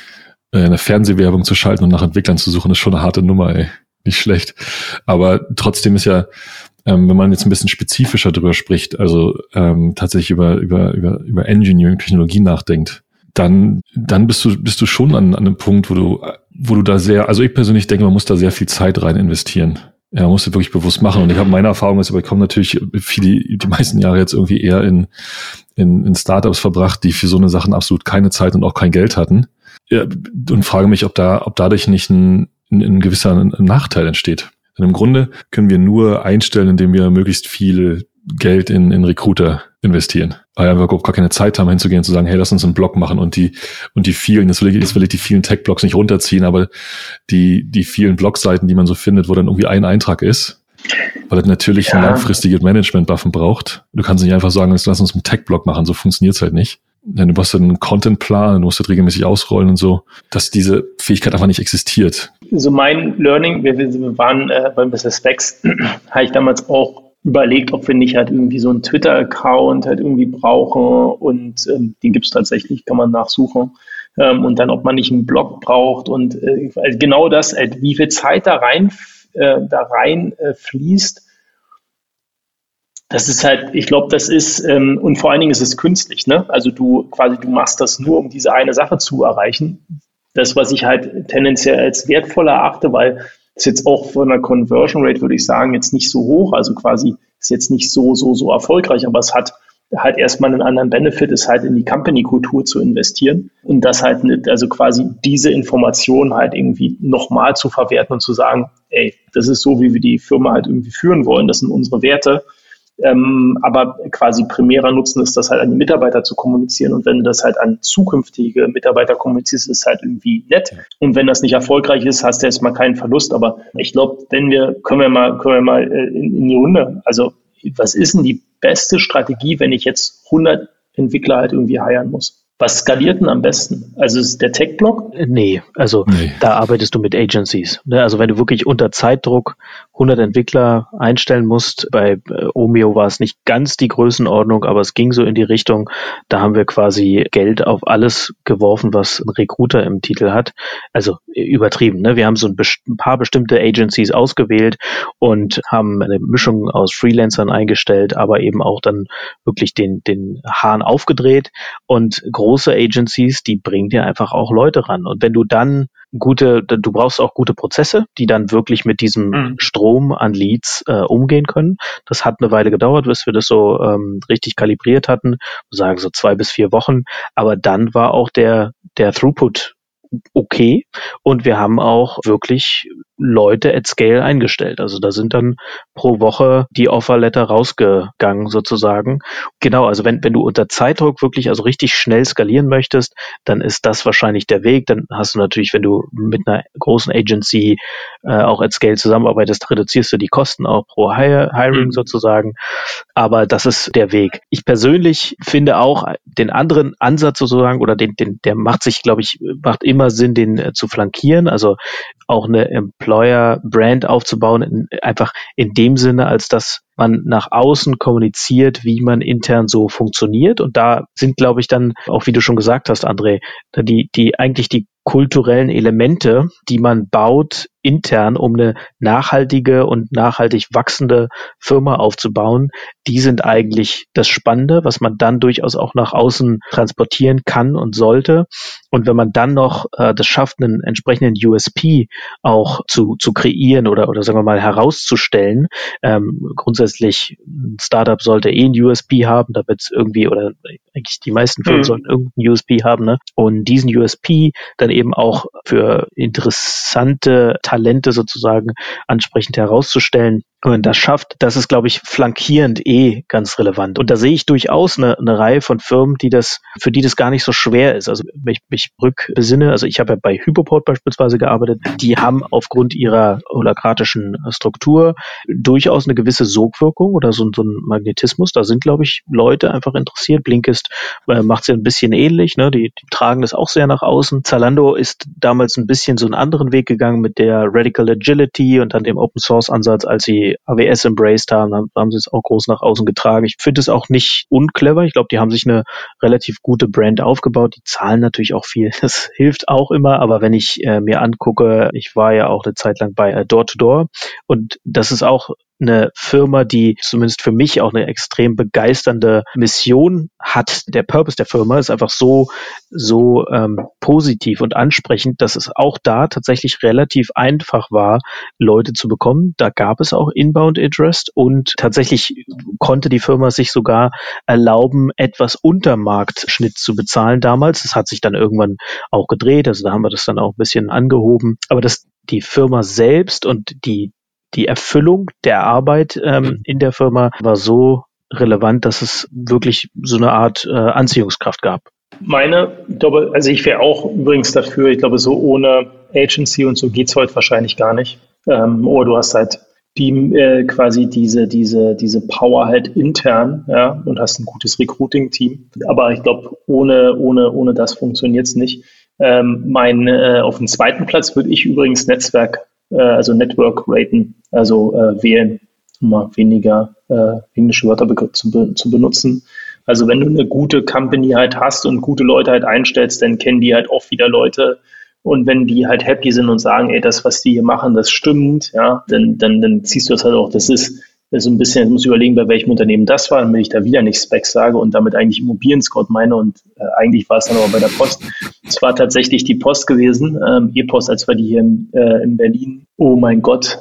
eine Fernsehwerbung zu schalten und nach Entwicklern zu suchen, ist schon eine harte Nummer, ey. Nicht schlecht. Aber trotzdem ist ja, wenn man jetzt ein bisschen spezifischer drüber spricht, also tatsächlich über Engineering, Technologie nachdenkt, dann bist du schon an einem Punkt, wo du da sehr, also ich persönlich denke, man muss da sehr viel Zeit rein investieren. Ja, man muss das wirklich bewusst machen. Und ich habe meine Erfahrung ist, aber ich komme natürlich die meisten Jahre jetzt irgendwie eher in Startups verbracht, die für so eine Sachen absolut keine Zeit und auch kein Geld hatten. Ja, und frage mich, ob dadurch nicht ein gewisser Nachteil entsteht. Denn im Grunde können wir nur einstellen, indem wir möglichst viel Geld in Recruiter investieren. Weil wir einfach gar keine Zeit haben, hinzugehen und zu sagen, hey, lass uns einen Blog machen und die vielen, jetzt will ich die vielen Tech-Blogs nicht runterziehen, aber die vielen Blogseiten, die man so findet, wo dann irgendwie ein Eintrag ist, weil das natürlich ein langfristiges Management-Buffen braucht. Du kannst nicht einfach sagen, lass uns einen Tech-Blog machen, so funktioniert's halt nicht. Denn du brauchst einen Content-Plan, du musst das regelmäßig ausrollen und so, dass diese Fähigkeit einfach nicht existiert. So mein Learning, wir waren beim Business Specs, habe ich damals auch überlegt, ob wir nicht halt irgendwie so einen Twitter-Account halt irgendwie brauchen und den gibt's tatsächlich, kann man nachsuchen. Und dann, ob man nicht einen Blog braucht und genau das, wie viel Zeit da rein fließt. Das ist halt, ich glaube, das ist, und vor allen Dingen ist es künstlich, ne? Also du machst das nur, um diese eine Sache zu erreichen. Das, was ich halt tendenziell als wertvoller erachte, weil ist jetzt auch von der Conversion Rate, würde ich sagen, jetzt nicht so hoch, also quasi ist jetzt nicht so erfolgreich, aber es hat halt erstmal einen anderen Benefit, ist halt in die Company-Kultur zu investieren und das halt, also quasi diese Information halt irgendwie nochmal zu verwerten und zu sagen, ey, das ist so, wie wir die Firma halt irgendwie führen wollen, das sind unsere Werte. Aber quasi primärer Nutzen ist das halt an die Mitarbeiter zu kommunizieren und wenn du das halt an zukünftige Mitarbeiter kommunizierst, ist es halt irgendwie nett und wenn das nicht erfolgreich ist, hast du erstmal keinen Verlust, aber ich glaube, können wir mal in die Runde, also was ist denn die beste Strategie, wenn ich jetzt 100 Entwickler halt irgendwie hiren muss? Was skaliert denn am besten? Also ist der Tech-Blog? Nee, da arbeitest du mit Agencies. Also wenn du wirklich unter Zeitdruck 100 Entwickler einstellen musst, bei Omio war es nicht ganz die Größenordnung, aber es ging so in die Richtung, da haben wir quasi Geld auf alles geworfen, was ein Recruiter im Titel hat. Also übertrieben, ne? Wir haben so ein paar bestimmte Agencies ausgewählt und haben eine Mischung aus Freelancern eingestellt, aber eben auch dann wirklich den Hahn aufgedreht und große Agencies, die bringen dir einfach auch Leute ran. Und wenn du dann du brauchst auch gute Prozesse, die dann wirklich mit diesem Strom an Leads umgehen können. Das hat eine Weile gedauert, bis wir das so richtig kalibriert hatten, sagen so 2 bis 4 Wochen. Aber dann war auch der Throughput okay und wir haben auch wirklich Leute at scale eingestellt. Also da sind dann pro Woche die Offerletter rausgegangen sozusagen. Genau, also wenn du unter Zeitdruck wirklich also richtig schnell skalieren möchtest, dann ist das wahrscheinlich der Weg. Dann hast du natürlich, wenn du mit einer großen Agency auch at scale zusammenarbeitest, reduzierst du die Kosten auch pro Hiring sozusagen. Aber das ist der Weg. Ich persönlich finde auch den anderen Ansatz sozusagen oder der macht immer Sinn, den zu flankieren. Also auch eine Employer-Brand aufzubauen, einfach in dem Sinne, als dass man nach außen kommuniziert, wie man intern so funktioniert. Und da sind, glaube ich, dann, auch wie du schon gesagt hast, André, die kulturellen Elemente, die man baut intern, um eine nachhaltige und nachhaltig wachsende Firma aufzubauen, die sind eigentlich das Spannende, was man dann durchaus auch nach außen transportieren kann und sollte. Und wenn man dann noch das schafft, einen entsprechenden USP auch zu kreieren oder sagen wir mal herauszustellen, grundsätzlich ein Startup sollte ein USP haben, damit es irgendwie, oder eigentlich die meisten Firmen sollten irgendeinen USP haben, ne? Und diesen USP dann eben auch für interessante Talente sozusagen ansprechend herauszustellen. Und wenn das schafft, das ist, glaube ich, flankierend ganz relevant. Und da sehe ich durchaus eine Reihe von Firmen, für die das gar nicht so schwer ist. Also wenn ich mich rückbesinne, also ich habe ja bei Hypoport beispielsweise gearbeitet, die haben aufgrund ihrer holakratischen Struktur durchaus eine gewisse Sogwirkung oder so ein Magnetismus. Da sind, glaube ich, Leute einfach interessiert. Blinkist macht es ja ein bisschen ähnlich, ne? Die tragen das auch sehr nach außen. Zalando ist damals ein bisschen so einen anderen Weg gegangen mit der Radical Agility und dann dem Open Source Ansatz, als sie AWS embraced haben sie es auch groß nach außen getragen. Ich finde es auch nicht unclever. Ich glaube, die haben sich eine relativ gute Brand aufgebaut. Die zahlen natürlich auch viel. Das hilft auch immer. Aber wenn ich mir angucke, ich war ja auch eine Zeit lang bei Door-to-Door und das ist auch eine Firma, die zumindest für mich auch eine extrem begeisternde Mission hat. Der Purpose der Firma ist einfach so positiv und ansprechend, dass es auch da tatsächlich relativ einfach war, Leute zu bekommen. Da gab es auch Inbound Interest und tatsächlich konnte die Firma sich sogar erlauben, etwas unter Marktschnitt zu bezahlen damals. Das hat sich dann irgendwann auch gedreht, also da haben wir das dann auch ein bisschen angehoben. Aber die Firma selbst und die Erfüllung der Arbeit in der Firma war so relevant, dass es wirklich so eine Art Anziehungskraft gab. Ich wäre auch übrigens dafür, ich glaube, so ohne Agency und so geht's heute wahrscheinlich gar nicht. Oder du hast halt quasi diese Power halt intern, ja, und hast ein gutes Recruiting-Team. Aber ich glaube, ohne das funktioniert's nicht. Auf dem zweiten Platz würde ich übrigens Network raten, also wählen, um mal weniger englische Wörter zu benutzen. Also wenn du eine gute Company halt hast und gute Leute halt einstellst, dann kennen die halt auch wieder Leute. Und wenn die halt happy sind und sagen, ey, das, was die hier machen, das stimmt, ja, dann ziehst du das halt auch. Das ist so ein bisschen, ich muss überlegen, bei welchem Unternehmen das war, damit ich da wieder nicht Specs sage und damit eigentlich Immobilien-Scout meine und eigentlich war es dann aber bei der Post. Es war tatsächlich die Post gewesen, E-Post, als wir die hier in Berlin, oh mein Gott,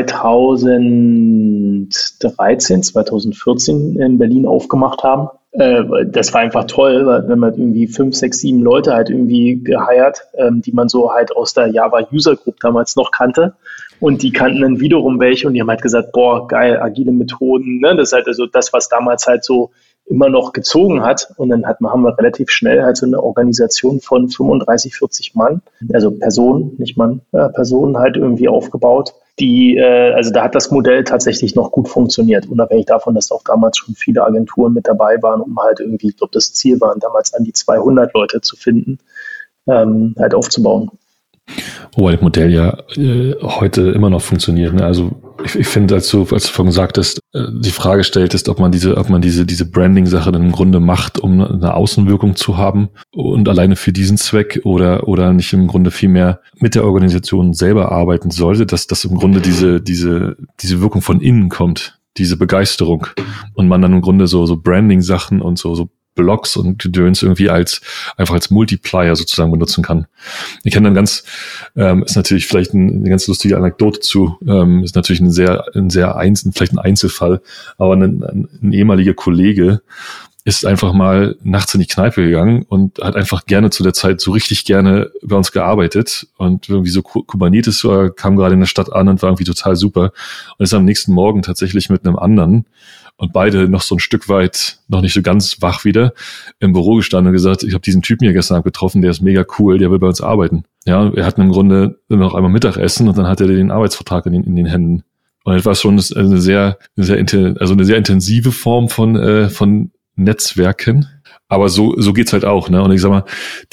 2014 in Berlin aufgemacht haben. Das war einfach toll, weil wenn man irgendwie 5, 6, 7 Leute halt irgendwie geheiert, die man so halt aus der Java User Group damals noch kannte. Und die kannten dann wiederum welche und die haben halt gesagt, boah, geil, agile Methoden, ne? Das ist halt also das, was damals halt so immer noch gezogen hat. Und dann haben wir relativ schnell halt so eine Organisation von 35, 40 Mann, also Personen, nicht Mann, Personen halt irgendwie aufgebaut. Also da hat das Modell tatsächlich noch gut funktioniert, unabhängig davon, dass auch damals schon viele Agenturen mit dabei waren, um halt irgendwie, ich glaube, das Ziel waren damals an die 200 Leute zu finden, halt aufzubauen. Wobei das Modell ja heute immer noch funktioniert. Ne? Also ich finde, als du vorhin sagtest, die Frage stelltest, ob man diese Branding-Sache dann im Grunde macht, um eine Außenwirkung zu haben und alleine für diesen Zweck oder nicht im Grunde viel mehr mit der Organisation selber arbeiten sollte, dass im Grunde diese Wirkung von innen kommt, diese Begeisterung und man dann im Grunde so Branding-Sachen und so Blogs und Gedöns irgendwie einfach als Multiplier sozusagen benutzen kann. Ich kenne dann ist natürlich vielleicht eine ganz lustige Anekdote zu, ist natürlich vielleicht ein Einzelfall, aber ein ehemaliger Kollege ist einfach mal nachts in die Kneipe gegangen und hat einfach gerne zu der Zeit so richtig gerne bei uns gearbeitet und irgendwie so Kubernetes kam gerade in der Stadt an und war irgendwie total super und ist am nächsten Morgen tatsächlich mit einem anderen und beide noch so ein Stück weit, noch nicht so ganz wach wieder, im Büro gestanden und gesagt, ich habe diesen Typen hier gestern Abend getroffen, der ist mega cool, der will bei uns arbeiten. Ja, wir hatten im Grunde noch einmal Mittagessen und dann hat er den Arbeitsvertrag in den Händen. Und das war schon eine sehr intensive Form von Netzwerken. Aber so geht's halt auch, ne? Und ich sag mal,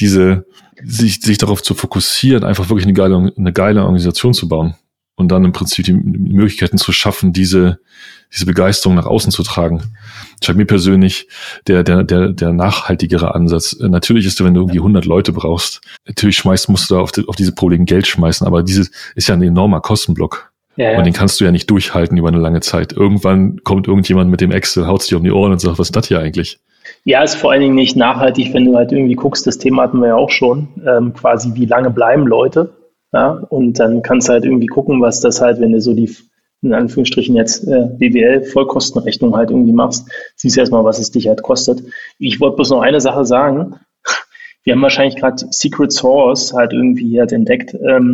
sich darauf zu fokussieren, einfach wirklich eine geile Organisation zu bauen und dann im Prinzip die Möglichkeiten zu schaffen, diese Begeisterung nach außen zu tragen. Das scheint mir persönlich der nachhaltigere Ansatz. Natürlich ist, wenn du irgendwie 100 Leute brauchst, natürlich musst du da auf diese Probleme Geld schmeißen, aber diese ist ja ein enormer Kostenblock. Ja. Und den kannst du ja nicht durchhalten über eine lange Zeit. Irgendwann kommt irgendjemand mit dem Excel, haut's dir um die Ohren und sagt, was ist das hier eigentlich? Ja, ist vor allen Dingen nicht nachhaltig, wenn du halt irgendwie guckst, das Thema hatten wir ja auch schon, quasi wie lange bleiben Leute. Ja, und dann kannst du halt irgendwie gucken, was das halt, wenn du so die, in Anführungsstrichen jetzt BWL-Vollkostenrechnung halt irgendwie machst, siehst du erstmal, was es dich halt kostet. Ich wollte bloß noch eine Sache sagen. Wir haben wahrscheinlich gerade Secret Source halt irgendwie halt entdeckt,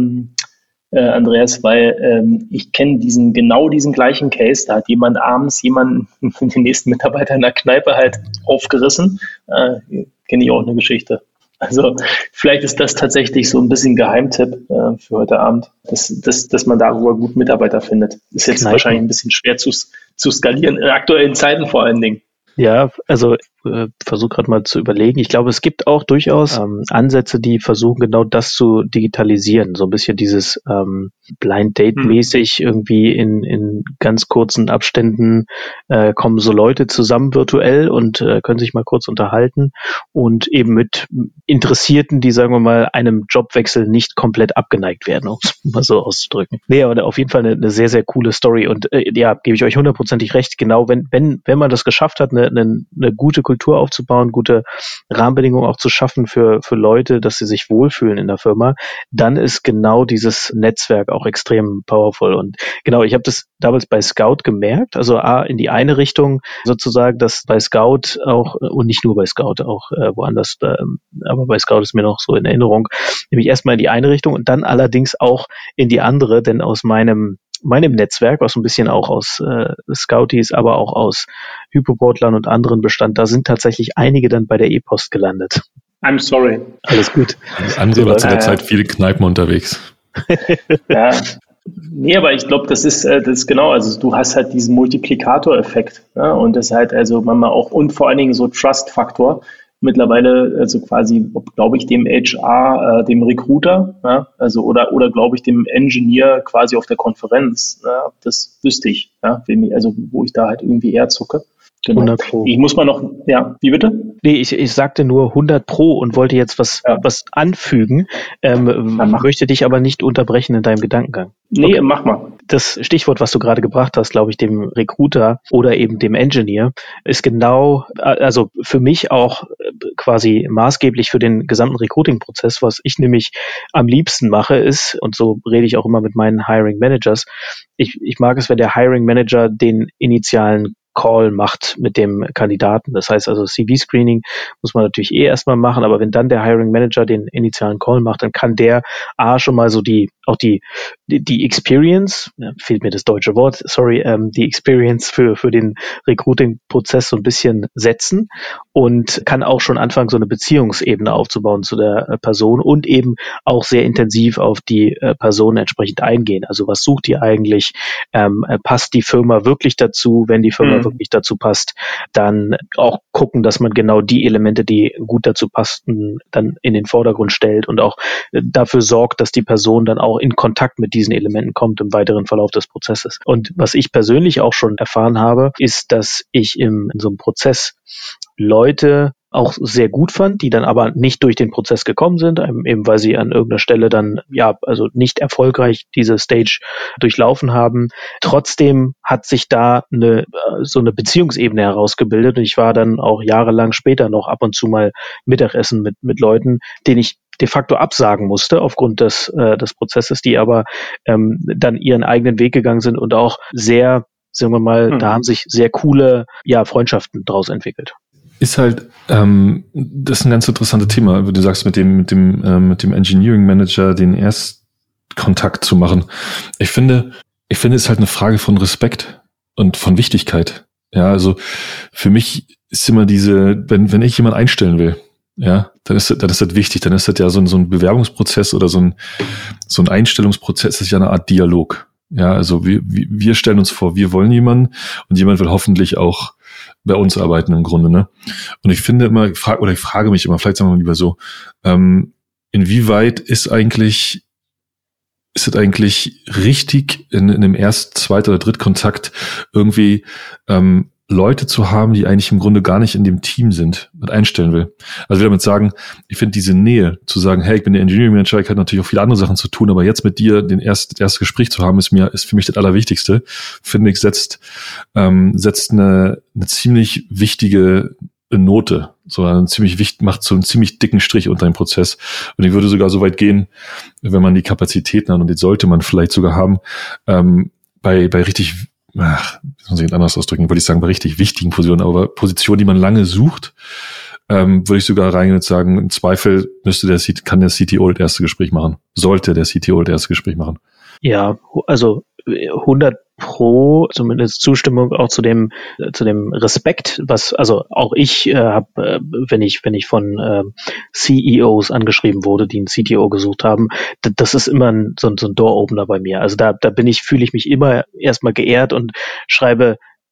Andreas, weil ich kenne diesen gleichen Case, da hat jemand abends den nächsten Mitarbeiter in der Kneipe halt aufgerissen. Kenne ich auch eine Geschichte. Also vielleicht ist das tatsächlich so ein bisschen Geheimtipp für heute Abend, dass man darüber gut Mitarbeiter findet. Ist jetzt wahrscheinlich ein bisschen schwer zu skalieren, in aktuellen Zeiten vor allen Dingen. Ja, also versuche gerade mal zu überlegen. Ich glaube, es gibt auch durchaus Ansätze, die versuchen, genau das zu digitalisieren. So ein bisschen dieses Blind Date-mäßig irgendwie in ganz kurzen Abständen kommen so Leute zusammen virtuell und können sich mal kurz unterhalten und eben mit Interessierten, die, sagen wir mal, einem Jobwechsel nicht komplett abgeneigt werden, um es mal so auszudrücken. Nee, aber auf jeden Fall eine sehr, sehr coole Story und ja, gebe ich euch hundertprozentig recht. Genau, wenn man das geschafft hat, eine gute Kultur aufzubauen, gute Rahmenbedingungen auch zu schaffen für Leute, dass sie sich wohlfühlen in der Firma, dann ist genau dieses Netzwerk auch extrem powerful. Und genau, ich habe das damals bei Scout gemerkt, also in die eine Richtung sozusagen, dass bei Scout auch, und nicht nur bei Scout, auch woanders, aber bei Scout ist mir noch so in Erinnerung, nämlich erstmal in die eine Richtung und dann allerdings auch in die andere, denn aus meinem Netzwerk, was so ein bisschen auch aus Scouties, aber auch aus Hypoportlern und anderen bestand, da sind tatsächlich einige dann bei der E-Post gelandet. I'm sorry. Alles gut. André war zu der Zeit viele Kneipen unterwegs. Ja. Nee, aber ich glaube, das ist genau, also du hast halt diesen Multiplikatoreffekt, ja, und das ist halt also manchmal auch und vor allen Dingen so Trust-Faktor. Mittlerweile, also quasi, glaube ich, dem HR, dem Recruiter, ja, also oder glaube ich dem Engineer quasi auf der Konferenz, ja, das wüsste ich, ja, also wo ich da halt irgendwie eher zucke. Genau. 100 Pro. Ich muss mal noch, ja, wie bitte? Nee, ich sagte nur 100 Pro und wollte jetzt was anfügen, möchte dich aber nicht unterbrechen in deinem Gedankengang. Nee, okay. Mach mal. Das Stichwort, was du gerade gebracht hast, glaube ich, dem Recruiter oder eben dem Engineer, ist genau, also für mich auch quasi maßgeblich für den gesamten Recruiting-Prozess. Was ich nämlich am liebsten mache ist, und so rede ich auch immer mit meinen Hiring Managers, ich mag es, wenn der Hiring Manager den initialen Call macht mit dem Kandidaten. Das heißt also CV-Screening muss man natürlich erstmal machen, aber wenn dann der Hiring Manager den initialen Call macht, dann kann der schon mal so die Experience, fehlt mir das deutsche Wort, sorry, die Experience für den Recruiting-Prozess so ein bisschen setzen und kann auch schon anfangen, so eine Beziehungsebene aufzubauen zu der Person und eben auch sehr intensiv auf die Person entsprechend eingehen. Also was sucht ihr eigentlich? Passt die Firma wirklich dazu? Wenn die Firma wirklich dazu passt, dann auch gucken, dass man genau die Elemente, die gut dazu passten, dann in den Vordergrund stellt und auch dafür sorgt, dass die Person dann auch in Kontakt mit diesen Elementen kommt im weiteren Verlauf des Prozesses. Und was ich persönlich auch schon erfahren habe, ist, dass ich in so einem Prozess Leute auch sehr gut fand, die dann aber nicht durch den Prozess gekommen sind, eben weil sie an irgendeiner Stelle dann, also nicht erfolgreich diese Stage durchlaufen haben. Trotzdem hat sich da so eine Beziehungsebene herausgebildet und ich war dann auch jahrelang später noch ab und zu mal Mittagessen mit Leuten, denen ich de facto absagen musste aufgrund des Prozesses, die aber dann ihren eigenen Weg gegangen sind und auch sehr, sagen wir mal, da haben sich sehr coole Freundschaften draus entwickelt. Ist halt, das ist ein ganz interessantes Thema, wie du sagst, mit dem Engineering Manager den Erstkontakt zu machen. Ich finde, es ist halt eine Frage von Respekt und von Wichtigkeit. Ja, also für mich ist immer wenn ich jemanden einstellen will, ja, dann ist das wichtig, dann ist das ja so ein Bewerbungsprozess oder so ein Einstellungsprozess, das ist ja eine Art Dialog. Ja, also wir stellen uns vor, wir wollen jemanden und jemand will hoffentlich auch bei uns arbeiten im Grunde, ne? Und ich finde immer, ich frage mich immer, vielleicht sagen wir mal lieber so, inwieweit ist es eigentlich richtig, in einem Erst-, Zweit- oder Drittkontakt irgendwie Leute zu haben, die eigentlich im Grunde gar nicht in dem Team sind, mit einstellen will. Also ich will damit sagen, ich finde diese Nähe, zu sagen, hey, ich bin der Engineering Manager, ich habe natürlich auch viele andere Sachen zu tun, aber jetzt mit dir das erste Gespräch zu haben, ist für mich das Allerwichtigste. Finde ich, setzt eine ziemlich wichtige Note, macht so einen ziemlich dicken Strich unter dem Prozess. Und ich würde sogar so weit gehen, wenn man die Kapazitäten hat, und die sollte man vielleicht sogar haben, bei richtig, wie muss ich anders ausdrücken, würde ich sagen, bei richtig wichtigen Positionen, aber Positionen, die man lange sucht, würde ich sogar reingehen und sagen, im Zweifel kann der CTO das erste Gespräch machen. Sollte der CTO das erste Gespräch machen. Ja, also 100 Pro, zumindest Zustimmung auch zu dem Respekt, was, also auch ich habe, wenn ich von CEOs angeschrieben wurde, die einen CTO gesucht haben, das ist immer so ein Door-Opener bei mir. Also fühle ich mich immer erstmal geehrt und schreibe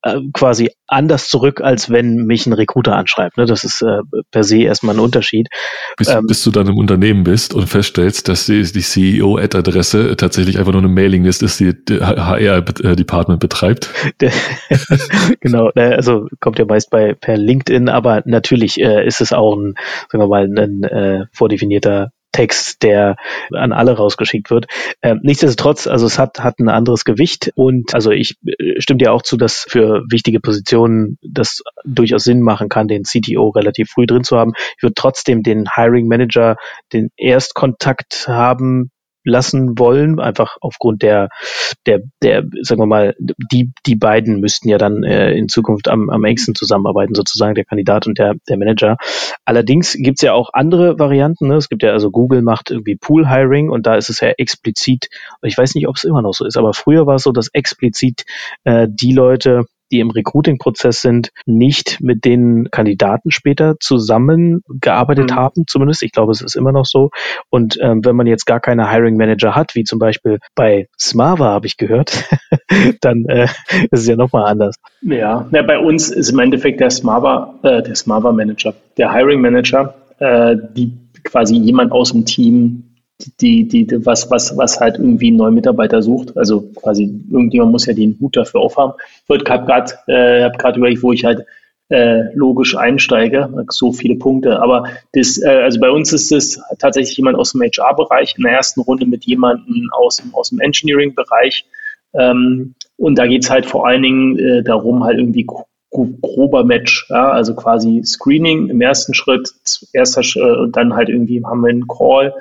quasi anders zurück, als wenn mich ein Recruiter anschreibt. Ne? Das ist per se erstmal ein Unterschied. Bis du dann im Unternehmen bist und feststellst, dass die CEO-Ad-Adresse tatsächlich einfach nur eine Mailingliste ist, die HR-Department betreibt. Genau, also kommt ja meist per LinkedIn, aber natürlich ist es auch ein, sagen wir mal, ein vordefinierter Text, der an alle rausgeschickt wird. Nichtsdestotrotz, also es hat ein anderes Gewicht und also ich stimme dir auch zu, dass für wichtige Positionen das durchaus Sinn machen kann, den CTO relativ früh drin zu haben. Ich würde trotzdem den Hiring Manager den Erstkontakt haben lassen wollen, einfach aufgrund der, sagen wir mal, die beiden müssten ja dann in Zukunft am engsten zusammenarbeiten, sozusagen der Kandidat und der Manager. Allerdings gibt's ja auch andere Varianten. Ne? Es gibt ja, also Google macht irgendwie Pool-Hiring und da ist es ja explizit, ich weiß nicht, ob es immer noch so ist, aber früher war es so, dass explizit die Leute, die im Recruiting-Prozess sind, nicht mit den Kandidaten später zusammengearbeitet haben, zumindest. Ich glaube, es ist immer noch so. Und wenn man jetzt gar keine Hiring-Manager hat, wie zum Beispiel bei Smava, habe ich gehört, dann ist es ja nochmal anders. Ja, bei uns ist im Endeffekt der Smava-Manager, der Hiring-Manager, die quasi jemand aus dem Team, was halt irgendwie einen neuen Mitarbeiter sucht. Also quasi irgendjemand muss ja den Hut dafür aufhaben. Ich habe gerade überlegt, wo ich halt logisch einsteige, so viele Punkte. Aber also bei uns ist es tatsächlich jemand aus dem HR-Bereich in der ersten Runde mit jemandem aus dem Engineering-Bereich. Und da geht es halt vor allen Dingen darum, halt irgendwie grober Match, ja, also quasi Screening im ersten Schritt, und dann halt irgendwie haben wir einen Call.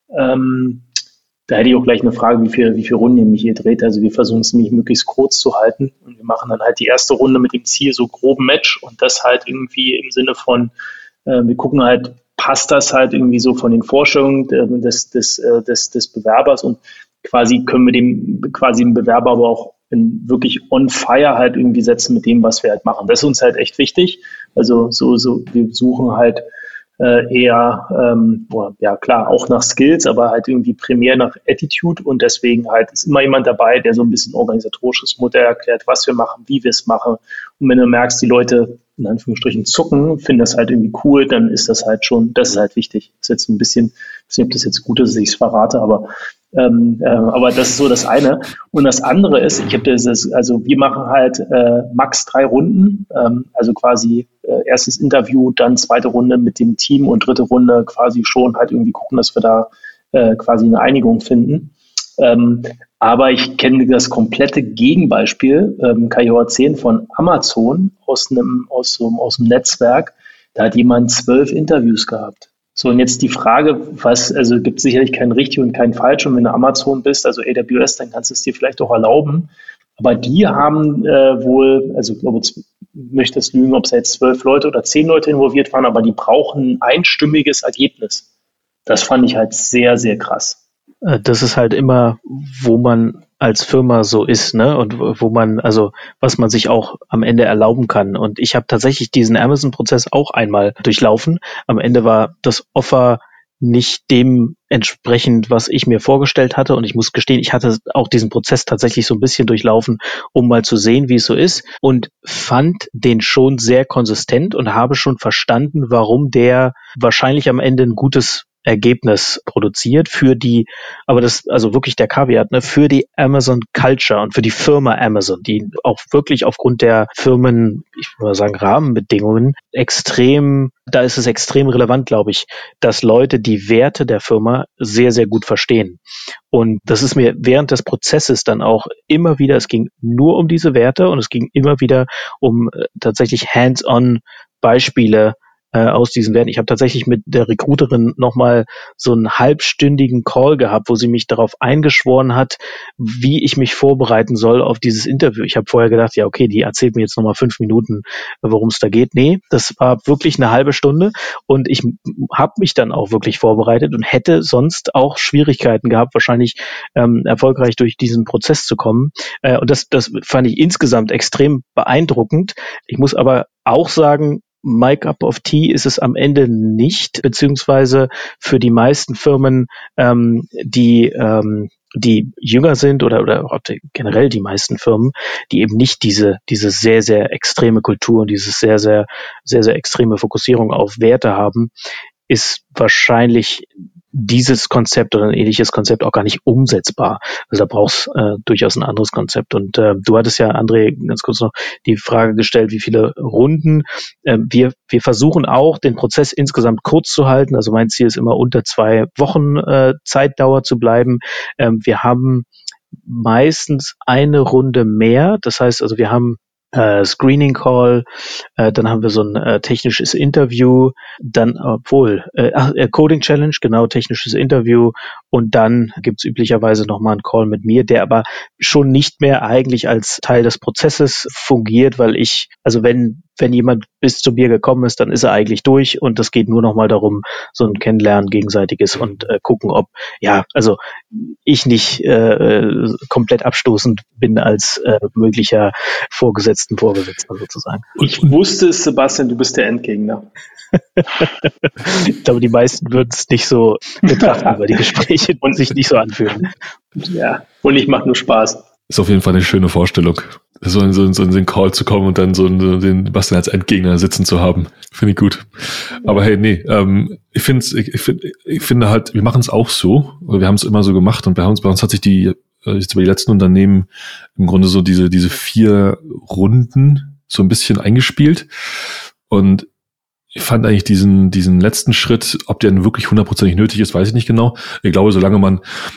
Da hätte ich auch gleich eine Frage, wie viel Runden ihr mich hier dreht. Also wir versuchen es nämlich möglichst kurz zu halten und wir machen dann halt die erste Runde mit dem Ziel so groben Match und das halt irgendwie im Sinne von, wir gucken halt, passt das halt irgendwie so von den Vorstellungen des Bewerbers und quasi können wir den Bewerber aber auch wirklich on fire halt irgendwie setzen mit dem, was wir halt machen. Das ist uns halt echt wichtig. Also wir suchen halt eher, ja klar, auch nach Skills, aber halt irgendwie primär nach Attitude und deswegen halt ist immer jemand dabei, der so ein bisschen organisatorisches Modell erklärt, was wir machen, wie wir es machen. Und wenn du merkst, die Leute in Anführungsstrichen zucken, finden das halt irgendwie cool, dann ist das halt wichtig. Das ist jetzt ein bisschen, ich weiß nicht, ob das jetzt gut ist, dass ich es verrate, aber das ist so das eine. Und das andere ist, wir machen halt max 3 Runden, also quasi erstes Interview, dann zweite Runde mit dem Team und dritte Runde quasi schon halt irgendwie gucken, dass wir da quasi eine Einigung finden. Aber ich kenne das komplette Gegenbeispiel, kann ich auch erzählen, von Amazon aus dem Netzwerk. Da hat jemand 12 Interviews gehabt. So, und jetzt die Frage, also gibt es sicherlich kein richtig und kein falsch. Und wenn du Amazon bist, also AWS, dann kannst du es dir vielleicht auch erlauben. Aber die haben wohl, also ich glaube, jetzt möchte ich lügen, ob es jetzt 12 Leute oder 10 Leute involviert waren, aber die brauchen ein einstimmiges Ergebnis. Das fand ich halt sehr, sehr krass. Das ist halt immer, wo man als Firma so ist, ne? Und wo man, also was man sich auch am Ende erlauben kann. Und ich habe tatsächlich diesen Amazon-Prozess auch einmal durchlaufen. Am Ende war das Offer nicht dem entsprechend, was ich mir vorgestellt hatte. Und ich muss gestehen, ich hatte auch diesen Prozess tatsächlich so ein bisschen durchlaufen, um mal zu sehen, wie es so ist. Und fand den schon sehr konsistent und habe schon verstanden, warum der wahrscheinlich am Ende ein gutes Ergebnis produziert aber das, also wirklich der Kaviar, ne, für die Amazon Culture und für die Firma Amazon, die auch wirklich aufgrund der Firmen, ich würde mal sagen, Rahmenbedingungen da ist es extrem relevant, glaube ich, dass Leute die Werte der Firma sehr, sehr gut verstehen. Und das ist mir während des Prozesses dann auch immer wieder, es ging nur um diese Werte und es ging immer wieder um tatsächlich hands-on Beispiele aus diesen Werten. Ich habe tatsächlich mit der Recruiterin nochmal so einen halbstündigen Call gehabt, wo sie mich darauf eingeschworen hat, wie ich mich vorbereiten soll auf dieses Interview. Ich habe vorher gedacht, ja okay, die erzählt mir jetzt nochmal 5 Minuten, worum es da geht. Nee, das war wirklich eine halbe Stunde und ich habe mich dann auch wirklich vorbereitet und hätte sonst auch Schwierigkeiten gehabt, wahrscheinlich erfolgreich durch diesen Prozess zu kommen. Und das fand ich insgesamt extrem beeindruckend. Ich muss aber auch sagen, My Cup of Tea ist es am Ende nicht, beziehungsweise für die meisten Firmen, die die jünger sind oder generell die meisten Firmen, die eben nicht diese sehr, sehr extreme Kultur und dieses sehr, sehr, sehr, sehr extreme Fokussierung auf Werte haben, ist wahrscheinlich dieses Konzept oder ein ähnliches Konzept auch gar nicht umsetzbar. Also da brauchst durchaus ein anderes Konzept. Und du hattest ja, André, ganz kurz noch die Frage gestellt, wie viele Runden. Wir versuchen auch, den Prozess insgesamt kurz zu halten. Also mein Ziel ist immer unter 2 Wochen Zeitdauer zu bleiben. Wir haben meistens eine Runde mehr. Das heißt also, wir haben Screening Call, dann haben wir so ein technisches Interview, dann Coding Challenge, genau, technisches Interview und dann gibt's üblicherweise nochmal einen Call mit mir, der aber schon nicht mehr eigentlich als Teil des Prozesses fungiert, weil wenn jemand bis zu mir gekommen ist, dann ist er eigentlich durch und es geht nur nochmal darum, so ein Kennenlernen gegenseitiges und gucken, ob, ich nicht komplett abstoßend bin als möglicher Vorgesetzter sozusagen. Ich wusste es, Sebastian, du bist der Endgegner. Ich glaube, die meisten würden es nicht so betrachten, weil die Gespräche und sich nicht so anfühlen. Ja, und ich mache nur Spaß. Ist auf jeden Fall eine schöne Vorstellung, so in den Call zu kommen und dann so den Bastian als Endgegner sitzen zu haben. Finde ich gut. Aber hey, nee, ich finde halt, wir machen es auch so, oder wir haben es immer so gemacht und bei uns hat sich jetzt bei den letzten Unternehmen im Grunde so diese 4 Runden so ein bisschen eingespielt. Und ich fand eigentlich diesen letzten Schritt, ob der nun wirklich 100% nötig ist, weiß ich nicht genau. Ich glaube, solange man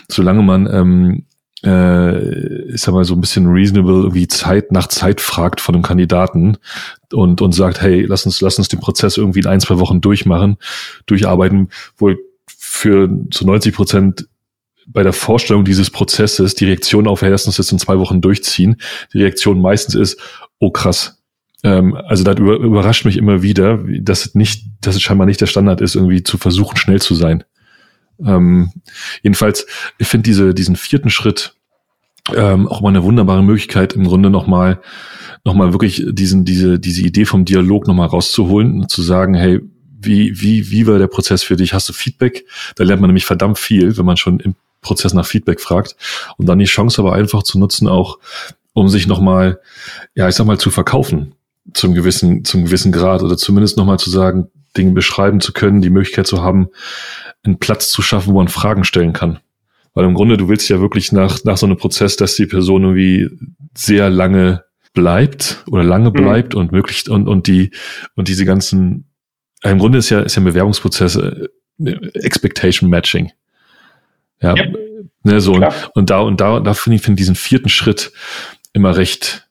ich sag mal, so ein bisschen reasonable irgendwie Zeit nach Zeit fragt von einem Kandidaten und sagt, hey, lass uns den Prozess irgendwie in 1-2 Wochen durcharbeiten, wo für zu 90% bei der Vorstellung dieses Prozesses die Reaktion auf, hey, lass uns jetzt in 2 Wochen durchziehen, die Reaktion meistens ist, oh krass. Also das überrascht mich immer wieder, dass es scheinbar nicht der Standard ist, irgendwie zu versuchen, schnell zu sein. Jedenfalls, ich finde diesen 4. Schritt auch mal eine wunderbare Möglichkeit, im Grunde noch mal wirklich diese Idee vom Dialog noch mal rauszuholen und zu sagen, hey, wie war der Prozess für dich? Hast du Feedback? Da lernt man nämlich verdammt viel, wenn man schon im Prozess nach Feedback fragt. Und dann die Chance aber einfach zu nutzen, auch um sich noch mal, ja, ich sag mal, zu verkaufen zum gewissen Grad oder zumindest noch mal zu sagen, Dinge beschreiben zu können, die Möglichkeit zu haben, einen Platz zu schaffen, wo man Fragen stellen kann. Weil im Grunde, du willst ja wirklich nach so einem Prozess, dass die Person irgendwie sehr lange bleibt oder lange bleibt und möglichst und diese ganzen, im Grunde ist ja ein Bewerbungsprozess Expectation Matching. Ja, yep. Ne, so und da finde ich diesen 4. Schritt immer recht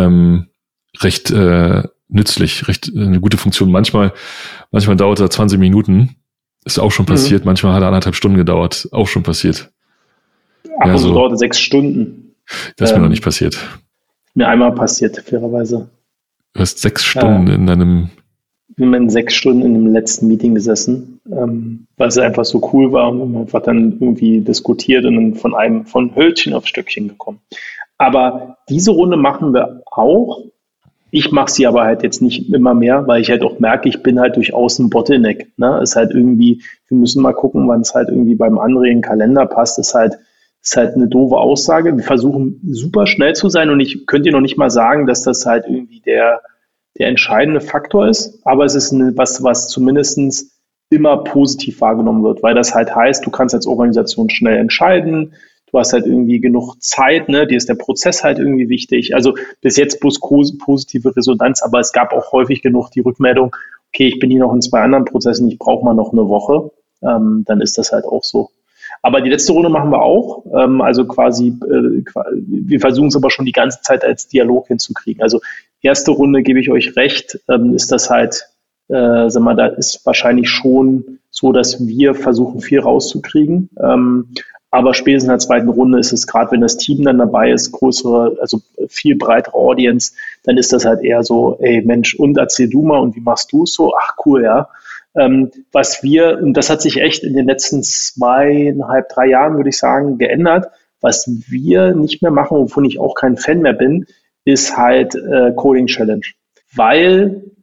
nützlich, recht eine gute Funktion. Manchmal dauert er 20 Minuten, ist auch schon passiert. Manchmal hat er 1,5 Stunden gedauert, auch schon passiert. Ab und zu dauert es 6 Stunden. Das ist mir noch nicht passiert. Mir einmal passiert, fairerweise. Du hast 6 Stunden in deinem... Wir haben 6 Stunden in dem letzten Meeting gesessen, weil es einfach so cool war und wir haben einfach dann irgendwie diskutiert und dann von Hölzchen auf Stöckchen gekommen. Aber diese Runde machen wir auch. Ich mache sie aber halt jetzt nicht immer mehr, weil ich halt auch merke, ich bin halt durchaus ein Bottleneck. Ne? Ist halt irgendwie, wir müssen mal gucken, wann es halt irgendwie beim anderen Kalender passt. Ist halt eine doofe Aussage. Wir versuchen super schnell zu sein und ich könnte dir noch nicht mal sagen, dass das halt irgendwie der entscheidende Faktor ist, aber es ist was zumindest immer positiv wahrgenommen wird, weil das halt heißt, du kannst als Organisation schnell entscheiden, du hast halt irgendwie genug Zeit, ne? Dir ist der Prozess halt irgendwie wichtig. Also bis jetzt bloß positive Resonanz, aber es gab auch häufig genug die Rückmeldung, okay, ich bin hier noch in 2 anderen Prozessen, ich brauche mal noch eine Woche, dann ist das halt auch so. Aber die letzte Runde machen wir auch, also quasi, wir versuchen es aber schon die ganze Zeit als Dialog hinzukriegen. Also erste Runde, gebe ich euch recht, ist das halt, da ist wahrscheinlich schon so, dass wir versuchen, viel rauszukriegen. Aber spätestens in der zweiten Runde ist es, gerade wenn das Team dann dabei ist, größere, also viel breitere Audience, dann ist das halt eher so, ey Mensch, und erzähl du mal und wie machst du es so? Ach cool, ja. Was wir, und das hat sich echt in den letzten 2,5, 3 Jahren, würde ich sagen, geändert, was wir nicht mehr machen, wovon ich auch kein Fan mehr bin, ist halt Coding Challenge. Weil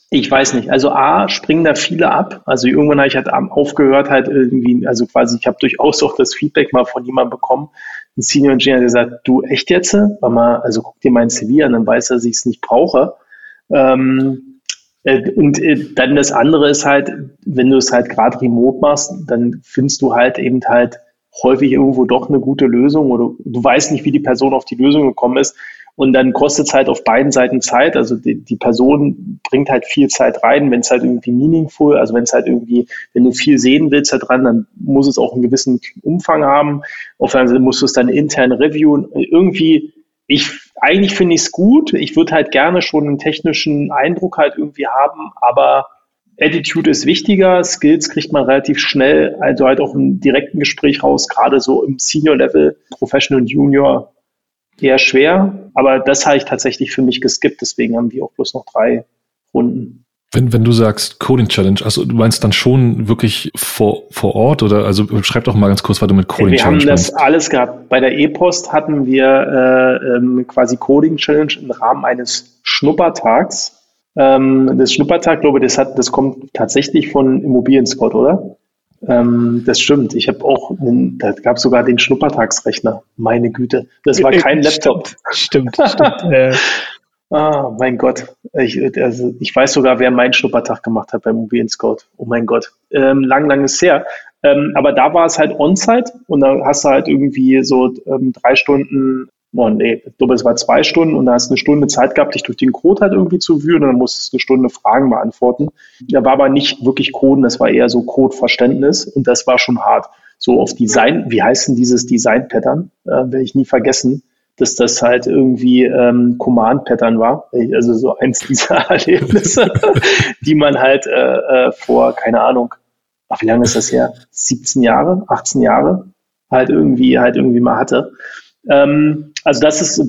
Ich weiß nicht. Also springen da viele ab. Also irgendwann habe ich halt aufgehört, halt irgendwie, also quasi, ich habe durchaus auch das Feedback mal von jemandem bekommen, ein Senior Engineer, der gesagt, du echt jetzt? Also guck dir mein CV an, dann weiß er, dass ich es nicht brauche. Dann das andere ist halt, wenn du es halt gerade remote machst, dann findest du halt eben halt häufig irgendwo doch eine gute Lösung oder du weißt nicht, wie die Person auf die Lösung gekommen ist. Und dann kostet es halt auf beiden Seiten Zeit. Also die Person bringt halt viel Zeit rein, wenn es halt irgendwie meaningful, also wenn es halt irgendwie, wenn du viel sehen willst da dran, dann muss es auch einen gewissen Umfang haben. Auf der anderen Seite musst du es dann intern reviewen. Eigentlich finde ich es gut. Ich würde halt gerne schon einen technischen Eindruck halt irgendwie haben, aber Attitude ist wichtiger. Skills kriegt man relativ schnell, also halt auch im direkten Gespräch raus, gerade so im Senior-Level, Professional und Junior eher schwer, aber das habe ich tatsächlich für mich geskippt, deswegen haben wir auch bloß noch 3 Runden. Wenn du sagst Coding Challenge, also du meinst dann schon wirklich vor Ort oder also schreib doch mal ganz kurz, was du mit Coding Challenge meinst. Wir haben das alles gehabt. Bei der E-Post hatten wir quasi Coding Challenge im Rahmen eines Schnuppertags. Das Schnuppertag, glaube ich, das kommt tatsächlich von Immobilien Scout, oder? Das stimmt. Ich habe auch, da gab es sogar den Schnuppertagsrechner. Meine Güte. Das war kein Laptop. Stimmt. Mein Gott. Ich weiß sogar, wer meinen Schnuppertag gemacht hat beim Immobilien Scout. Oh mein Gott. Lang ist her. Aber da war es halt On-Site und da hast du halt irgendwie so 3 Stunden, ich glaube, es war 2 Stunden und da hast du eine Stunde Zeit gehabt, dich durch den Code halt irgendwie zu wühlen und dann musstest du eine Stunde Fragen beantworten. Da war aber nicht wirklich Coden, das war eher so Codeverständnis und das war schon hart. So auf Design, wie heißt denn dieses Design-Pattern? Werde ich nie vergessen, dass das halt irgendwie Command-Pattern war. Also so eins dieser Erlebnisse, die man halt vor, keine Ahnung, wie lange ist das her? 17 Jahre, 18 Jahre halt irgendwie mal hatte. Also das ist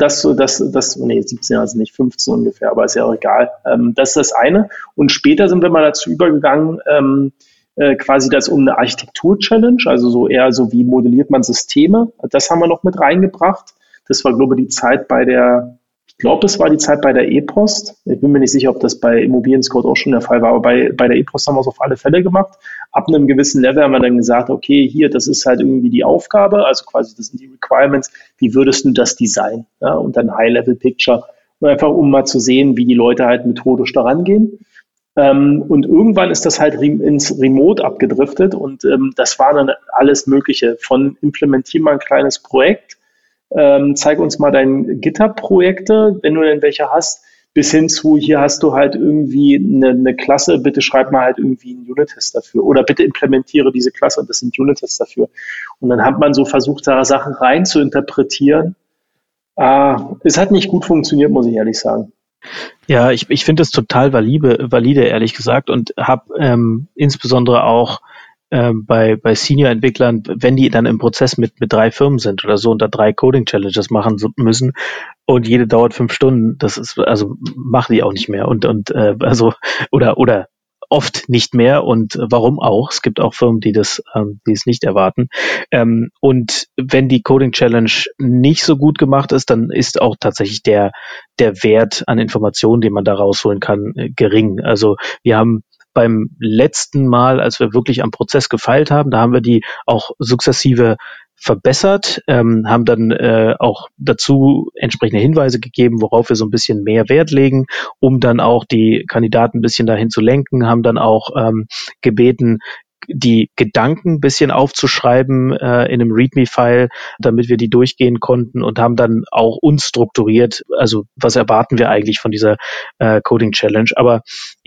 17 Jahre sind nicht 15 ungefähr, aber ist ja auch egal. Das ist das eine. Und später sind wir mal dazu übergegangen, quasi das um eine Architektur-Challenge, also so eher so, wie modelliert man Systeme. Das haben wir noch mit reingebracht. Das war, glaube ich, es war die Zeit bei der E-Post. Ich bin mir nicht sicher, ob das bei Immobilien Scout auch schon der Fall war, aber bei der E-Post haben wir es auf alle Fälle gemacht. Ab einem gewissen Level haben wir dann gesagt, okay, hier, das ist halt irgendwie die Aufgabe, also quasi das sind die Requirements, wie würdest du das designen? Ja, und dann High-Level-Picture, einfach um mal zu sehen, wie die Leute halt methodisch daran gehen. Und irgendwann ist das halt ins Remote abgedriftet und das war dann alles Mögliche, von implementier mal ein kleines Projekt, zeig uns mal deine GitHub-Projekte, wenn du denn welche hast, bis hin zu, hier hast du halt irgendwie eine Klasse, bitte schreib mal halt irgendwie einen Unit-Test dafür oder bitte implementiere diese Klasse und das sind Unit-Tests dafür. Und dann hat man so versucht, da Sachen rein zu interpretieren. Es hat nicht gut funktioniert, muss ich ehrlich sagen. Ja, ich finde das total valide, ehrlich gesagt, und habe insbesondere auch bei Senior-Entwicklern, wenn die dann im Prozess mit 3 Firmen sind oder so und da 3 Coding-Challenges machen müssen und jede dauert 5 Stunden, das ist, also machen die auch nicht mehr oder oft nicht mehr und warum auch? Es gibt auch Firmen, die es nicht erwarten. Und wenn die Coding Challenge nicht so gut gemacht ist, dann ist auch tatsächlich der Wert an Informationen, den man da rausholen kann, gering. Also wir haben beim letzten Mal, als wir wirklich am Prozess gefeilt haben, da haben wir die auch sukzessive verbessert, haben dann auch dazu entsprechende Hinweise gegeben, worauf wir so ein bisschen mehr Wert legen, um dann auch die Kandidaten ein bisschen dahin zu lenken, haben dann auch gebeten, die Gedanken ein bisschen aufzuschreiben in einem README-File, damit wir die durchgehen konnten und haben dann auch uns strukturiert, also was erwarten wir eigentlich von dieser Coding-Challenge. Aber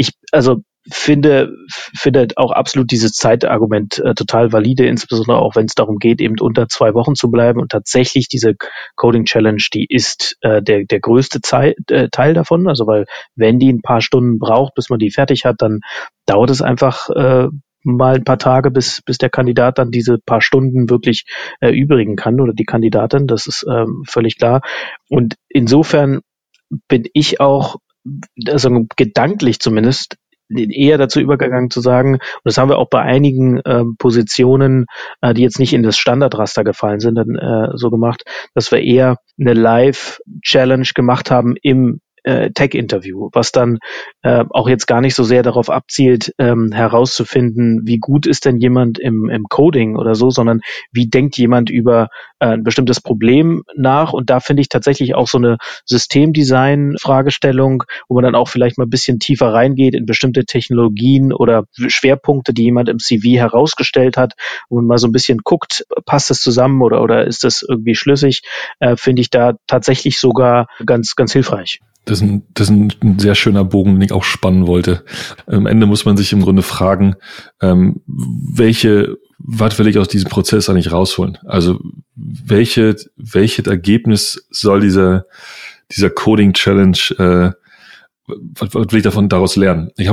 finde auch absolut dieses Zeitargument total valide, insbesondere auch wenn es darum geht, eben unter 2 Wochen zu bleiben und tatsächlich diese Coding Challenge, die ist der größte Teil davon, also weil wenn die ein paar Stunden braucht, bis man die fertig hat, dann dauert es einfach mal ein paar Tage, bis der Kandidat dann diese paar Stunden wirklich übrigen kann oder die Kandidatin, das ist völlig klar. Und insofern bin ich auch, also gedanklich zumindest, eher dazu übergegangen zu sagen, und das haben wir auch bei einigen Positionen, die jetzt nicht in das Standardraster gefallen sind, dann so gemacht, dass wir eher eine Live-Challenge gemacht haben im Tech-Interview, was dann auch jetzt gar nicht so sehr darauf abzielt, herauszufinden, wie gut ist denn jemand im Coding oder so, sondern wie denkt jemand über ein bestimmtes Problem nach. Und da finde ich tatsächlich auch so eine Systemdesign-Fragestellung, wo man dann auch vielleicht mal ein bisschen tiefer reingeht in bestimmte Technologien oder Schwerpunkte, die jemand im CV herausgestellt hat, wo man mal so ein bisschen guckt, passt das zusammen oder ist das irgendwie schlüssig, finde ich da tatsächlich sogar ganz, ganz hilfreich. Das ist ein sehr schöner Bogen, den ich auch spannen wollte. Am Ende muss man sich im Grunde fragen, was will ich aus diesem Prozess eigentlich rausholen? Also welches Ergebnis soll dieser Coding-Challenge, was will ich daraus lernen? Ich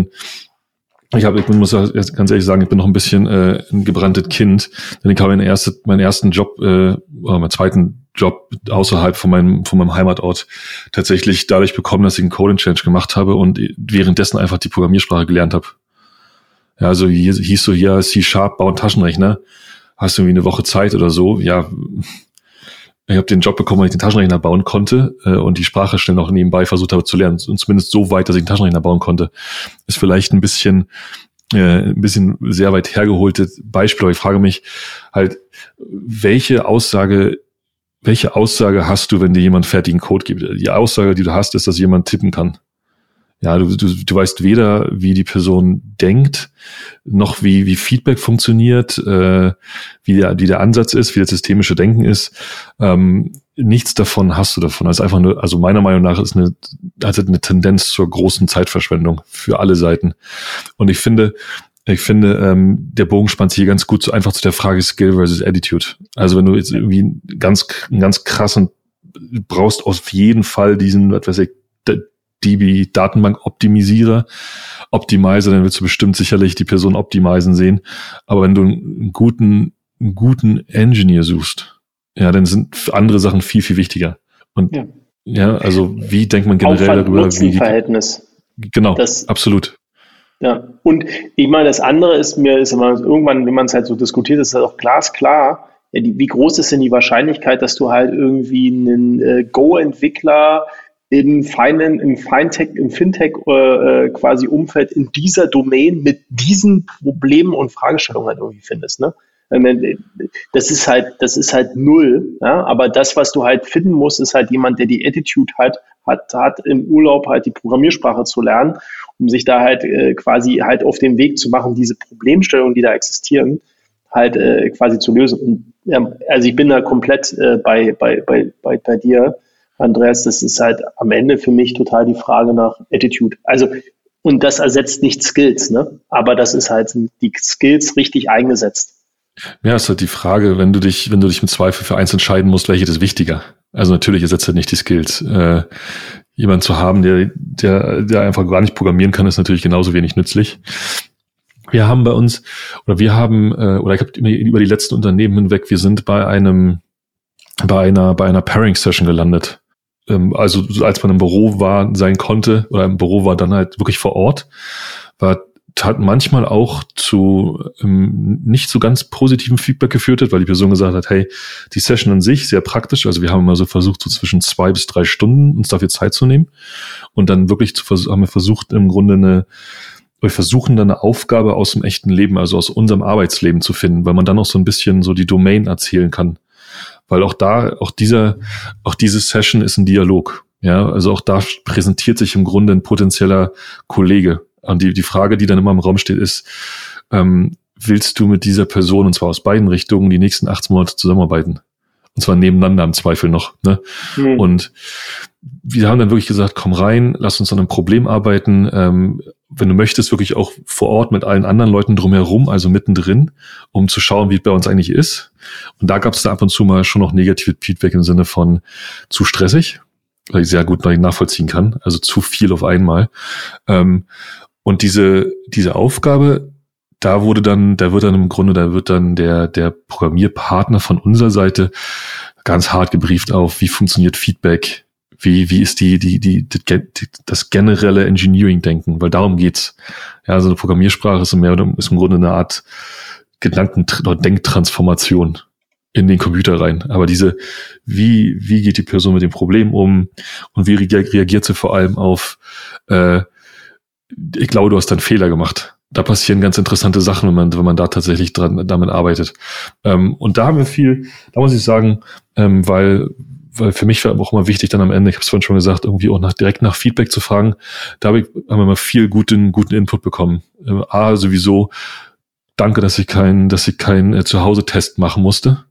muss jetzt ganz ehrlich sagen, ich bin noch ein bisschen ein gebranntes Kind, denn ich habe meinen ersten Job, oder meinen zweiten Job außerhalb von meinem Heimatort tatsächlich dadurch bekommen, dass ich einen Coding Challenge gemacht habe und währenddessen einfach die Programmiersprache gelernt habe. Ja, also hieß so hier C# bau einen Taschenrechner, hast du irgendwie eine Woche Zeit oder so. Ja, ich habe den Job bekommen, weil ich den Taschenrechner bauen konnte und die Sprache schnell noch nebenbei versucht habe zu lernen. Und zumindest so weit, dass ich einen Taschenrechner bauen konnte. Ist vielleicht ein bisschen sehr weit hergeholtes Beispiel. Aber ich frage mich halt, welche Aussage hast du, wenn dir jemand fertigen Code gibt? Die Aussage, die du hast, ist, dass jemand tippen kann. Ja, du weißt weder, wie die Person denkt, noch wie Feedback funktioniert, wie der Ansatz ist, wie das systemische Denken ist. Nichts davon hast du davon. Also einfach nur, also meiner Meinung nach hat eine Tendenz zur großen Zeitverschwendung für alle Seiten. Und ich finde, der Bogen spannt sich hier ganz gut einfach zu der Frage Skill versus Attitude. Also wenn du jetzt irgendwie einen ganz krassen brauchst auf jeden Fall diesen, was weiß ich, DB-Datenbank-Optimizer, dann willst du bestimmt sicherlich die Person optimisen sehen. Aber wenn du einen guten Engineer suchst, ja, dann sind andere Sachen viel, viel wichtiger. Und ja, also wie denkt man generell darüber? Verhältnis. Genau, absolut. Ja, und ich meine, das andere ist immer irgendwann, wenn man es halt so diskutiert, ist das auch glasklar, ja, wie groß ist denn die Wahrscheinlichkeit, dass du halt irgendwie einen Go-Entwickler im Fintech quasi Umfeld in dieser Domain mit diesen Problemen und Fragestellungen halt irgendwie findest, ne? Das ist halt null, ja? Aber das, was du halt finden musst, ist halt jemand, der die Attitude hat im Urlaub halt die Programmiersprache zu lernen, um sich da halt quasi halt auf den Weg zu machen, diese Problemstellungen, die da existieren, halt quasi zu lösen. Und, ja, also ich bin da komplett bei dir, Andreas. Das ist halt am Ende für mich total die Frage nach Attitude. Also, und das ersetzt nicht Skills, ne? Aber das ist halt die Skills richtig eingesetzt. Ja, ist halt die Frage, wenn du dich im Zweifel für eins entscheiden musst, welches ist wichtiger? Also natürlich ersetzt halt nicht die Skills. Jemand zu haben, der einfach gar nicht programmieren kann, ist natürlich genauso wenig nützlich. Ich habe über die letzten Unternehmen hinweg, wir sind bei einer Pairing-Session gelandet. Also als man im Büro sein konnte, oder im Büro war dann halt wirklich vor Ort, hat manchmal auch zu nicht so ganz positiven Feedback geführt, weil die Person gesagt hat, hey, die Session an sich sehr praktisch, also wir haben immer so versucht, so zwischen 2 bis 3 Stunden uns dafür Zeit zu nehmen und dann wirklich haben wir versucht, im Grunde wir versuchen dann eine Aufgabe aus dem echten Leben, also aus unserem Arbeitsleben zu finden, weil man dann auch so ein bisschen so die Domain erzählen kann. Weil diese Session ist ein Dialog. Ja, also auch da präsentiert sich im Grunde ein potenzieller Kollege. Und die Frage, die dann immer im Raum steht, ist, willst du mit dieser Person, und zwar aus beiden Richtungen, die nächsten 18 Monate zusammenarbeiten? Und zwar nebeneinander im Zweifel noch. Ne? Mhm. Und wir haben dann wirklich gesagt, komm rein, lass uns an einem Problem arbeiten. Wenn du möchtest, wirklich auch vor Ort mit allen anderen Leuten drumherum, also mittendrin, um zu schauen, wie es bei uns eigentlich ist. Und da gab es da ab und zu mal schon noch negative Feedback im Sinne von zu stressig, weil ich sehr gut nachvollziehen kann, also zu viel auf einmal. Und diese Aufgabe, da wird dann der Programmierpartner von unserer Seite ganz hart gebrieft auf, wie funktioniert Feedback, wie ist das generelle Engineering-Denken, weil darum geht's. Ja, also eine Programmiersprache ist im Grunde eine Art Gedanken- oder Denktransformation. in den Computer rein. Aber wie geht die Person mit dem Problem um und wie reagiert sie vor allem auf, ich glaube, du hast da einen Fehler gemacht. Da passieren ganz interessante Sachen, wenn man da tatsächlich damit arbeitet. Und da haben wir viel, da muss ich sagen, weil für mich war auch immer wichtig, dann am Ende, ich habe es vorhin schon gesagt, irgendwie auch direkt nach Feedback zu fragen. Da haben wir immer viel guten Input bekommen. Sowieso, danke, dass ich keinen Zuhause-Test machen musste.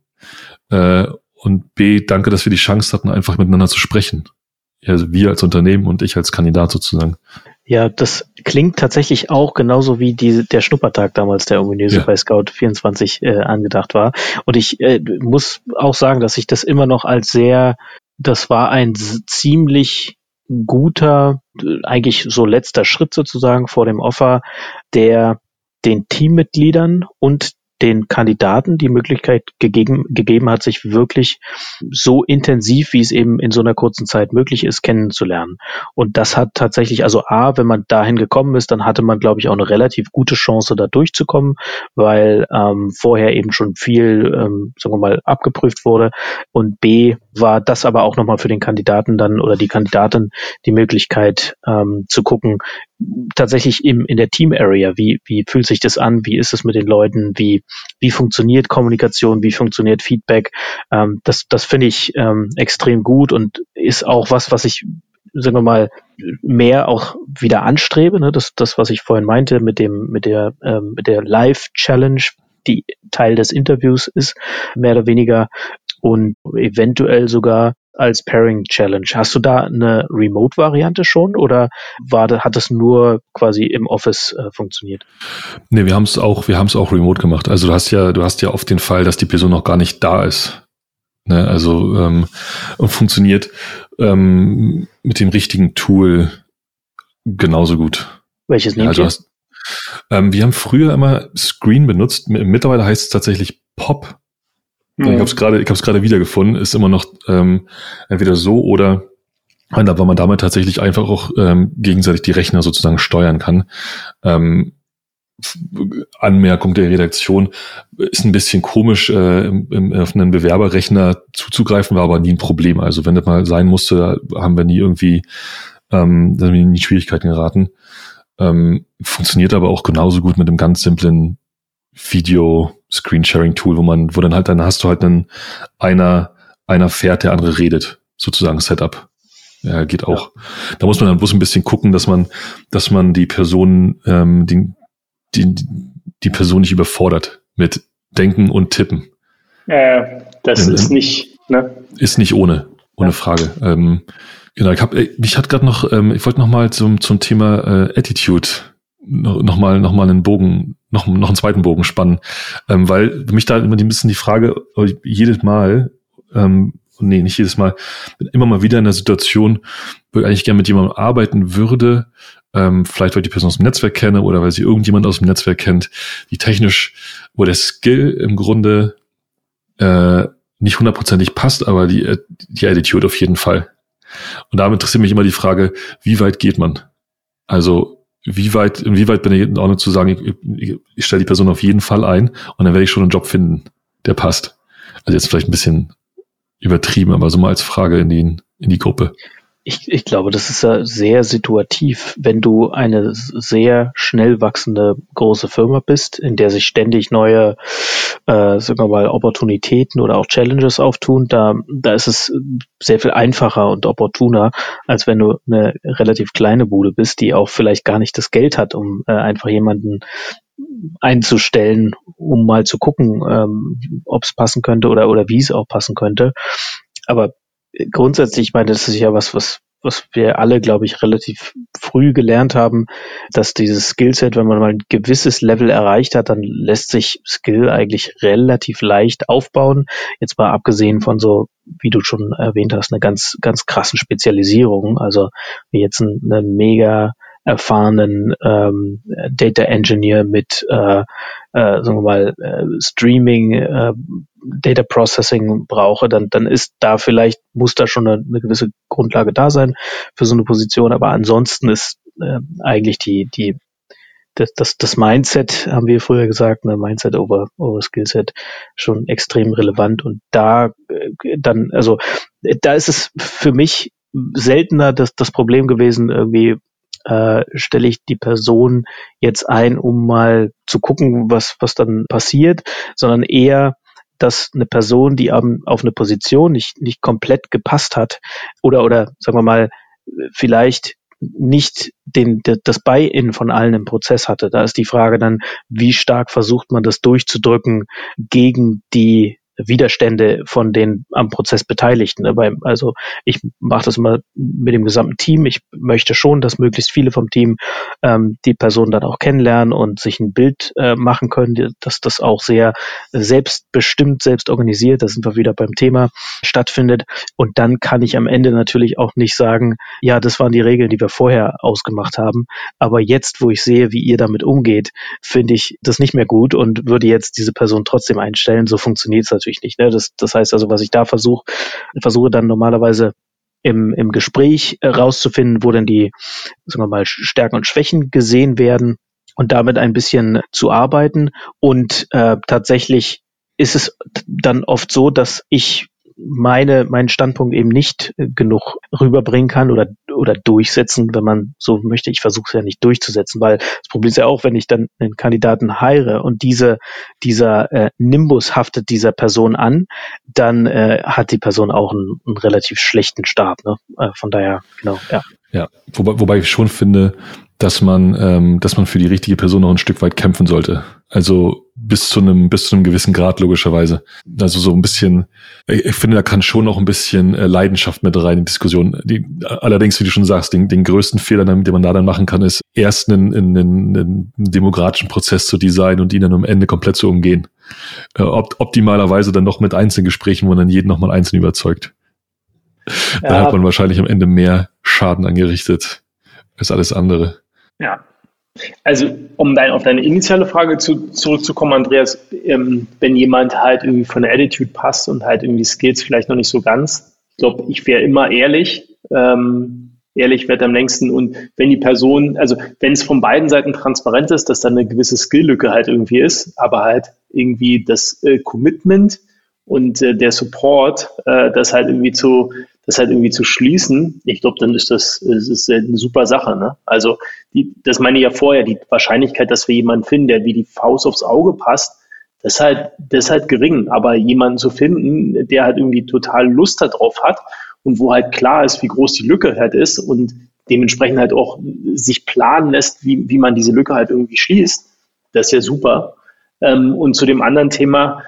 Und B, danke, dass wir die Chance hatten, einfach miteinander zu sprechen. Also wir als Unternehmen und ich als Kandidat sozusagen. Ja, das klingt tatsächlich auch genauso wie der Schnuppertag damals, der ominöse bei Scout24 angedacht war. Und ich muss auch sagen, dass ich das immer noch das war ein ziemlich guter, eigentlich so letzter Schritt sozusagen vor dem Offer, der den Teammitgliedern und den Kandidaten die Möglichkeit gegeben hat, sich wirklich so intensiv, wie es eben in so einer kurzen Zeit möglich ist, kennenzulernen. Und das hat tatsächlich, also wenn man dahin gekommen ist, dann hatte man, glaube ich, auch eine relativ gute Chance, da durchzukommen, weil vorher eben schon viel, sagen wir mal, abgeprüft wurde. Und B, war das aber auch nochmal für den Kandidaten dann oder die Kandidatin die Möglichkeit zu gucken, tatsächlich in der Team-Area, wie fühlt sich das an, wie ist es mit den Leuten, wie funktioniert Kommunikation, wie funktioniert Feedback, das finde ich extrem gut und ist auch was ich, sagen wir mal, mehr auch wieder anstrebe, ne? Das, was ich vorhin meinte mit der Live-Challenge, die Teil des Interviews ist, mehr oder weniger, und eventuell sogar als Pairing Challenge. Hast du da eine Remote-Variante schon oder hat es nur quasi im Office funktioniert? Nee, wir haben es auch remote gemacht. Also du hast ja oft den Fall, dass die Person noch gar nicht da ist. Ne? Also und funktioniert mit dem richtigen Tool genauso gut. Welches nehmt ihr? Wir haben früher immer Screen benutzt. Mittlerweile heißt es tatsächlich Pop. Ich habe es gerade wiedergefunden. Ist immer noch entweder so oder weil man damit tatsächlich einfach auch gegenseitig die Rechner sozusagen steuern kann. Anmerkung der Redaktion, ist ein bisschen komisch, auf einen Bewerberrechner zuzugreifen, war aber nie ein Problem. Also wenn das mal sein musste, haben wir nie irgendwie in Schwierigkeiten geraten. Funktioniert aber auch genauso gut mit einem ganz simplen Video-Screen-Sharing-Tool, wo dann hast du halt einer fährt, der andere redet, sozusagen Setup. Ja, geht auch. Ja. Da muss man dann bloß ein bisschen gucken, dass man die Person, die Person nicht überfordert mit Denken und Tippen. Das ist nicht, ne? Ist nicht ohne Frage. Genau, ich wollte noch mal zum Thema Attitude noch mal einen Bogen, noch einen zweiten Bogen spannen, weil mich da immer ein bisschen die Frage, jedes Mal, nicht jedes Mal, bin immer mal wieder in der Situation, wo ich eigentlich gerne mit jemandem arbeiten würde, vielleicht weil ich die Person aus dem Netzwerk kenne oder weil sie irgendjemand aus dem Netzwerk kennt, die technisch, wo der Skill im Grunde nicht hundertprozentig passt, aber die Attitude auf jeden Fall. Und da interessiert mich immer die Frage, wie weit geht man? Also inwieweit bin ich in Ordnung zu sagen, ich stelle die Person auf jeden Fall ein und dann werde ich schon einen Job finden, der passt. Also jetzt vielleicht ein bisschen übertrieben, aber so mal als Frage in die Gruppe. Ich glaube, das ist ja sehr situativ, wenn du eine sehr schnell wachsende große Firma bist, in der sich ständig neue, sagen wir mal, Opportunitäten oder auch Challenges auftun, da ist es sehr viel einfacher und opportuner, als wenn du eine relativ kleine Bude bist, die auch vielleicht gar nicht das Geld hat, um einfach jemanden einzustellen, um mal zu gucken, ob es passen könnte oder wie es auch passen könnte. Aber grundsätzlich, ich meine, das ist ja was wir alle, glaube ich, relativ früh gelernt haben, dass dieses Skillset, wenn man mal ein gewisses Level erreicht hat, dann lässt sich Skill eigentlich relativ leicht aufbauen. Jetzt mal abgesehen von so, wie du schon erwähnt hast, eine ganz, ganz krassen Spezialisierung. Also wie jetzt einen mega erfahrenen Data Engineer mit sagen wir mal Streaming, Data Processing brauche, dann ist da vielleicht, muss da schon eine gewisse Grundlage da sein für so eine Position, aber ansonsten ist eigentlich die das Mindset, haben wir früher gesagt, ne, Mindset over Skillset, schon extrem relevant. Und da da ist es für mich seltener das Problem gewesen, irgendwie stelle ich die Person jetzt ein, um mal zu gucken, was dann passiert, sondern eher, dass eine Person, die auf eine Position nicht komplett gepasst hat oder sagen wir mal, vielleicht nicht das Buy-in von allen im Prozess hatte. Da ist die Frage dann, wie stark versucht man das durchzudrücken gegen die Widerstände von den am Prozess Beteiligten. Also ich mache das immer mit dem gesamten Team. Ich möchte schon, dass möglichst viele vom Team die Person dann auch kennenlernen und sich ein Bild machen können, dass das auch sehr selbstbestimmt, selbst organisiert, da sind wir wieder beim Thema, stattfindet. Und dann kann ich am Ende natürlich auch nicht sagen, ja, das waren die Regeln, die wir vorher ausgemacht haben. Aber jetzt, wo ich sehe, wie ihr damit umgeht, finde ich das nicht mehr gut und würde jetzt diese Person trotzdem einstellen. So funktioniert es natürlich nicht. Ne? Das heißt also, was ich da versuche dann normalerweise im Gespräch rauszufinden, wo denn die, sagen wir mal, Stärken und Schwächen gesehen werden und damit ein bisschen zu arbeiten. Und tatsächlich ist es dann oft so, dass ich meinen Standpunkt eben nicht genug rüberbringen kann oder durchsetzen, wenn man so möchte. Ich versuche es ja nicht durchzusetzen, weil das Problem ist ja auch, wenn ich dann einen Kandidaten heire und dieser Nimbus haftet dieser Person an, dann hat die Person auch einen relativ schlechten Start. Ne? Von daher, genau, ja. Ja, wobei ich schon finde, dass man für die richtige Person noch ein Stück weit kämpfen sollte. Also bis zu einem gewissen Grad logischerweise. Also so ein bisschen, ich finde, da kann schon noch ein bisschen Leidenschaft mit rein in Diskussionen. Allerdings, wie du schon sagst, den größten Fehler, den man da dann machen kann, ist erst einen demokratischen Prozess zu designen und ihn dann am Ende komplett zu umgehen. Optimalerweise dann noch mit Einzelgesprächen, wo man dann jeden nochmal einzeln überzeugt. Ja. Da hat man wahrscheinlich am Ende mehr Schaden angerichtet als alles andere. Ja, also um auf deine initiale Frage zurückzukommen, Andreas, wenn jemand halt irgendwie von der Attitude passt und halt irgendwie Skills vielleicht noch nicht so ganz, ich glaube, ich wäre immer ehrlich, ehrlich wird am längsten, und wenn die Person, also wenn es von beiden Seiten transparent ist, dass da eine gewisse Skilllücke halt irgendwie ist, aber halt irgendwie das Commitment und der Support, das halt irgendwie zu schließen, ich glaube, dann ist ist eine super Sache. Ne? Also das meine ich ja vorher, die Wahrscheinlichkeit, dass wir jemanden finden, der wie die Faust aufs Auge passt, das ist halt gering. Aber jemanden zu finden, der halt irgendwie total Lust darauf hat und wo halt klar ist, wie groß die Lücke halt ist und dementsprechend halt auch sich planen lässt, wie man diese Lücke halt irgendwie schließt, das ist ja super. Und zu dem anderen Thema,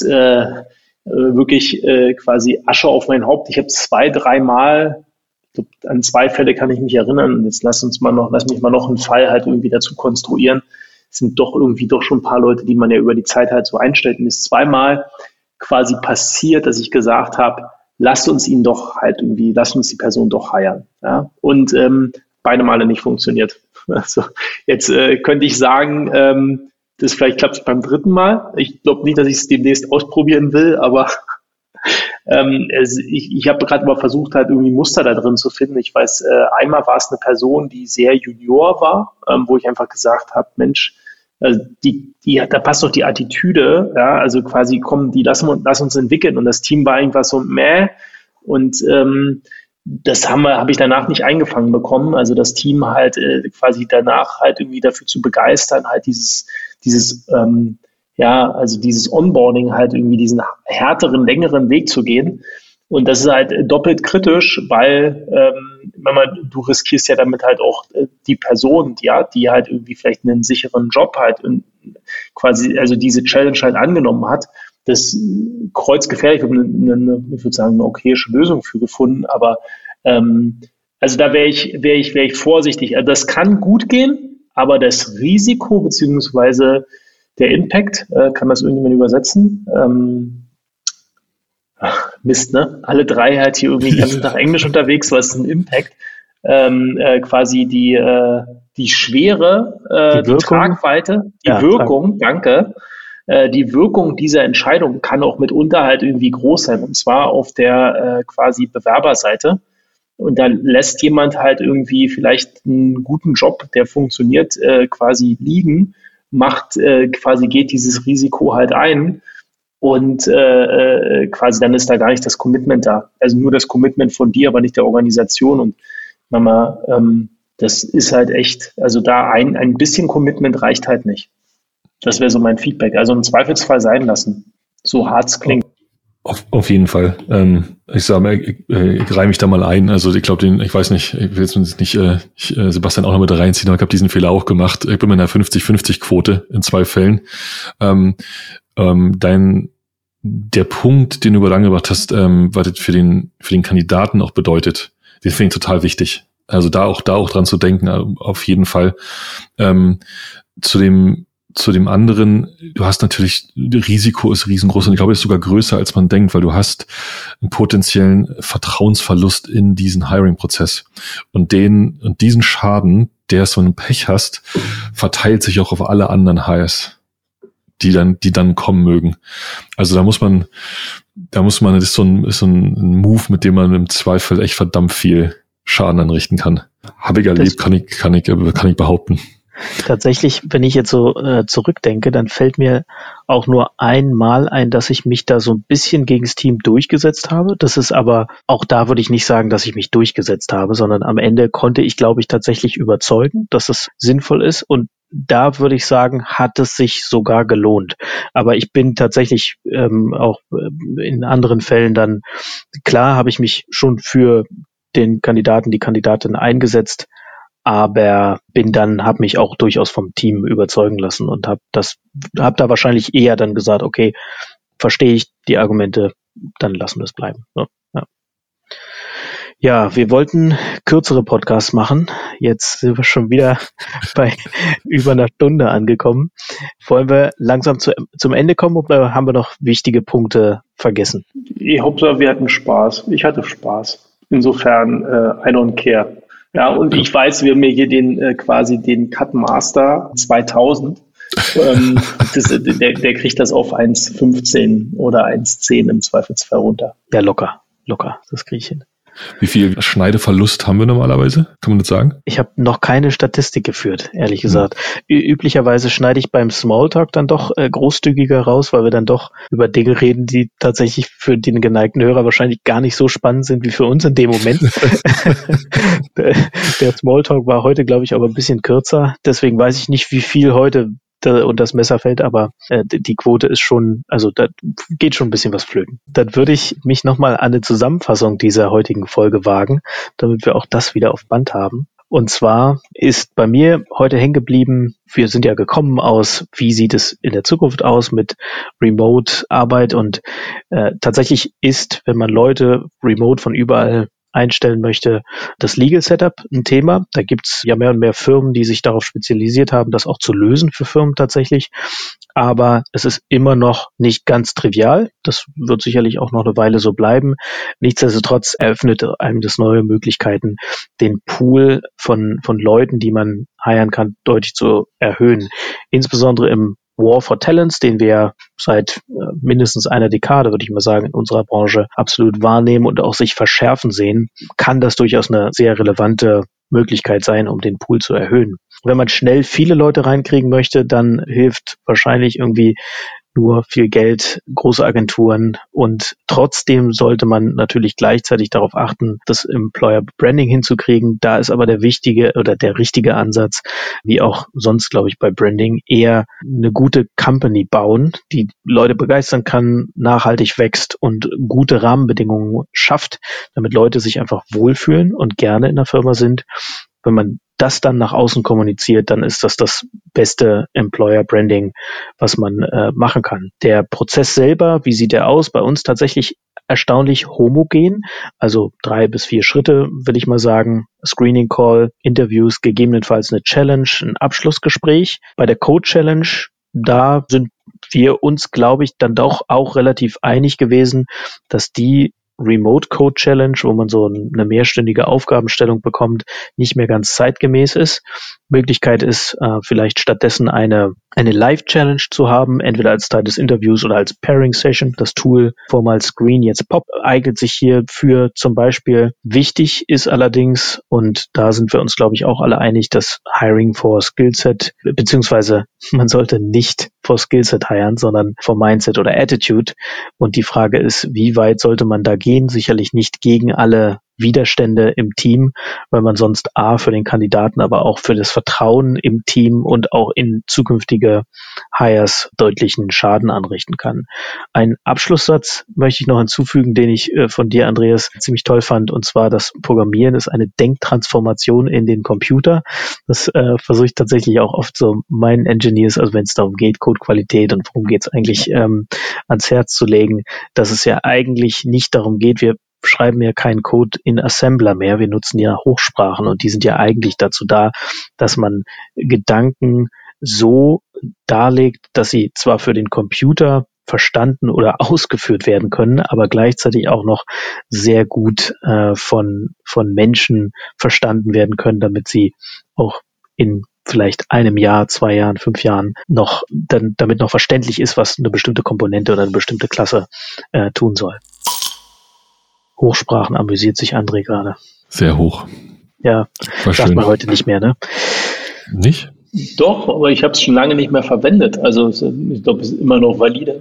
wirklich quasi Asche auf mein Haupt. Ich habe 2-3 Mal, ich glaube, an 2 Fälle kann ich mich erinnern. Jetzt lass mich mal noch einen Fall halt irgendwie dazu konstruieren. Es sind doch schon ein paar Leute, die man ja über die Zeit halt so einstellt. Und es ist 2-mal quasi passiert, dass ich gesagt habe, lasst uns die Person doch heiern. Ja? Und beide Male nicht funktioniert. Also jetzt könnte ich sagen, vielleicht klappt es beim 3. Mal. Ich glaube nicht, dass ich es demnächst ausprobieren will, aber ich habe gerade mal versucht, halt irgendwie Muster da drin zu finden. Ich weiß, einmal war es eine Person, die sehr junior war, wo ich einfach gesagt habe, Mensch, da passt doch die Attitüde, ja, also quasi lass uns entwickeln, und das Team war irgendwas so meh, und das habe ich danach nicht eingefangen bekommen, also das Team halt quasi danach halt irgendwie dafür zu begeistern, halt dieses Onboarding halt irgendwie diesen härteren, längeren Weg zu gehen. Und das ist halt doppelt kritisch, weil du riskierst ja damit halt auch die Person, die halt irgendwie vielleicht einen sicheren Job halt quasi, also diese Challenge halt angenommen hat. Das kreuzgefährlich, ich würde sagen, eine okayische Lösung für gefunden, aber also da wäre ich vorsichtig. Also das kann gut gehen, aber das Risiko beziehungsweise der Impact, kann das irgendjemand übersetzen? Mist, ne? Alle 3 halt hier irgendwie den ganzen Tag Englisch unterwegs, was ist ein Impact? Quasi die Schwere, die Tragweite, die Wirkung, danke. Die Wirkung dieser Entscheidung kann auch mitunter halt irgendwie groß sein, und zwar auf der quasi Bewerberseite. Und da lässt jemand halt irgendwie vielleicht einen guten Job, der funktioniert, quasi liegen, geht dieses Risiko halt ein und quasi dann ist da gar nicht das Commitment da. Also nur das Commitment von dir, aber nicht der Organisation. Und Mama, das ist halt echt, also da ein bisschen Commitment reicht halt nicht. Das wäre so mein Feedback. Also im Zweifelsfall sein lassen. So hart es klingt. Auf jeden Fall. Ich sage mal, ich reihe mich da mal ein. Also ich glaube, ich weiß nicht, ich will jetzt nicht Sebastian auch noch mit reinziehen, aber ich habe diesen Fehler auch gemacht. Ich bin mit einer 50-50-Quote in 2 Fällen. Der Punkt, den du über angebracht hast, was das für den Kandidaten auch bedeutet, den finde ich total wichtig. Also da auch dran zu denken, auf jeden Fall. Zu dem anderen, du hast natürlich, Risiko ist riesengroß und ich glaube, es ist sogar größer, als man denkt, weil du hast einen potenziellen Vertrauensverlust in diesen Hiring-Prozess. Und diesen Schaden, der es, wenn du Pech hast, verteilt sich auch auf alle anderen Hires, die dann kommen mögen. Also das ist so ein Move, mit dem man im Zweifel echt verdammt viel Schaden anrichten kann. Habe ich erlebt, kann ich behaupten. Tatsächlich, wenn ich jetzt so zurückdenke, dann fällt mir auch nur einmal ein, dass ich mich da so ein bisschen gegen das Team durchgesetzt habe. Das ist aber, auch da würde ich nicht sagen, dass ich mich durchgesetzt habe, sondern am Ende konnte ich, glaube ich, tatsächlich überzeugen, dass es sinnvoll ist. Und da würde ich sagen, hat es sich sogar gelohnt. Aber ich bin tatsächlich auch in anderen Fällen dann, klar habe ich mich schon für den Kandidaten, die Kandidatin eingesetzt, aber habe mich auch durchaus vom Team überzeugen lassen und habe da wahrscheinlich eher dann gesagt, okay, verstehe ich die Argumente, dann lassen wir es bleiben. Ja, wir wollten kürzere Podcasts machen. Jetzt sind wir schon wieder bei über einer Stunde angekommen. Wollen wir langsam zum Ende kommen oder haben wir noch wichtige Punkte vergessen? Ich hoffe, wir hatten Spaß. Ich hatte Spaß. Insofern, I don't care. Ja, und ich weiß, wir haben hier den Cut Master 2000. Der kriegt das auf 1,15 oder 1,10 im Zweifelsfall runter. Ja, locker. Das kriege ich hin. Wie viel Schneideverlust haben wir normalerweise? Kann man das sagen? Ich habe noch keine Statistik geführt, ehrlich gesagt. Üblicherweise schneide ich beim Smalltalk dann doch großzügiger raus, weil wir dann doch über Dinge reden, die tatsächlich für den geneigten Hörer wahrscheinlich gar nicht so spannend sind wie für uns in dem Moment. Der Smalltalk war heute, glaube ich, aber ein bisschen kürzer. Deswegen weiß ich nicht, wie viel heute und das Messer fällt, aber die Quote ist schon, also da geht schon ein bisschen was flöten. Dann würde ich mich nochmal an eine Zusammenfassung dieser heutigen Folge wagen, damit wir auch das wieder auf Band haben. Und zwar ist bei mir heute hängen geblieben, wir sind ja gekommen aus, wie sieht es in der Zukunft aus mit Remote-Arbeit und tatsächlich ist, wenn man Leute remote von überall einstellen möchte, das Legal Setup ein Thema. Da gibt's ja mehr und mehr Firmen, die sich darauf spezialisiert haben, das auch zu lösen für Firmen tatsächlich. Aber es ist immer noch nicht ganz trivial. Das wird sicherlich auch noch eine Weile so bleiben. Nichtsdestotrotz eröffnet einem das neue Möglichkeiten, den Pool von Leuten, die man hiren kann, deutlich zu erhöhen. Insbesondere im War for Talents, den wir seit mindestens einer Dekade, würde ich mal sagen, in unserer Branche absolut wahrnehmen und auch sich verschärfen sehen, kann das durchaus eine sehr relevante Möglichkeit sein, um den Pool zu erhöhen. Wenn man schnell viele Leute reinkriegen möchte, dann hilft wahrscheinlich irgendwie nur viel Geld, große Agenturen und trotzdem sollte man natürlich gleichzeitig darauf achten, das Employer Branding hinzukriegen. Da ist aber der richtige Ansatz, wie auch sonst, glaube ich, bei Branding, eher eine gute Company bauen, die Leute begeistern kann, nachhaltig wächst und gute Rahmenbedingungen schafft, damit Leute sich einfach wohlfühlen und gerne in der Firma sind. Wenn man das dann nach außen kommuniziert, dann ist das beste Employer Branding, was man machen kann. Der Prozess selber, wie sieht der aus? Bei uns tatsächlich erstaunlich homogen, also 3 bis 4 Schritte, will ich mal sagen. Screening Call, Interviews, gegebenenfalls eine Challenge, ein Abschlussgespräch. Bei der Code Challenge, da sind wir uns, glaube ich, dann doch auch relativ einig gewesen, dass die Remote Code Challenge, wo man so eine mehrstündige Aufgabenstellung bekommt, nicht mehr ganz zeitgemäß ist. Möglichkeit ist vielleicht stattdessen eine eine Live-Challenge zu haben, entweder als Teil des Interviews oder als Pairing-Session. Das Tool, vormals Screen, jetzt Pop, eignet sich hier für zum Beispiel. Wichtig ist allerdings, und da sind wir uns, glaube ich, auch alle einig, dass Hiring for Skillset, beziehungsweise man sollte nicht for Skillset hiren, sondern for Mindset oder Attitude. Und die Frage ist, wie weit sollte man da gehen? Sicherlich nicht gegen alle Widerstände im Team, weil man sonst für den Kandidaten, aber auch für das Vertrauen im Team und auch in zukünftige Hires deutlichen Schaden anrichten kann. Ein Abschlusssatz möchte ich noch hinzufügen, den ich von dir, Andreas, ziemlich toll fand, und zwar: Das Programmieren ist eine Denktransformation in den Computer. Das versuche ich tatsächlich auch oft so meinen Engineers, also wenn es darum geht, Codequalität und worum geht es eigentlich, ans Herz zu legen, dass es ja eigentlich nicht darum geht, wir schreiben ja keinen Code in Assembler mehr, wir nutzen ja Hochsprachen und die sind ja eigentlich dazu da, dass man Gedanken so darlegt, dass sie zwar für den Computer verstanden oder ausgeführt werden können, aber gleichzeitig auch noch sehr gut von Menschen verstanden werden können, damit sie auch in vielleicht einem Jahr, 2 Jahren, 5 Jahren damit noch verständlich ist, was eine bestimmte Komponente oder eine bestimmte Klasse tun soll. Hochsprachen amüsiert sich André gerade. Sehr hoch. Ja, war sagt schön. man heute nicht mehr, ne? Nicht? Doch, aber ich habe es schon lange nicht mehr verwendet. Also ich glaube, es ist immer noch valide.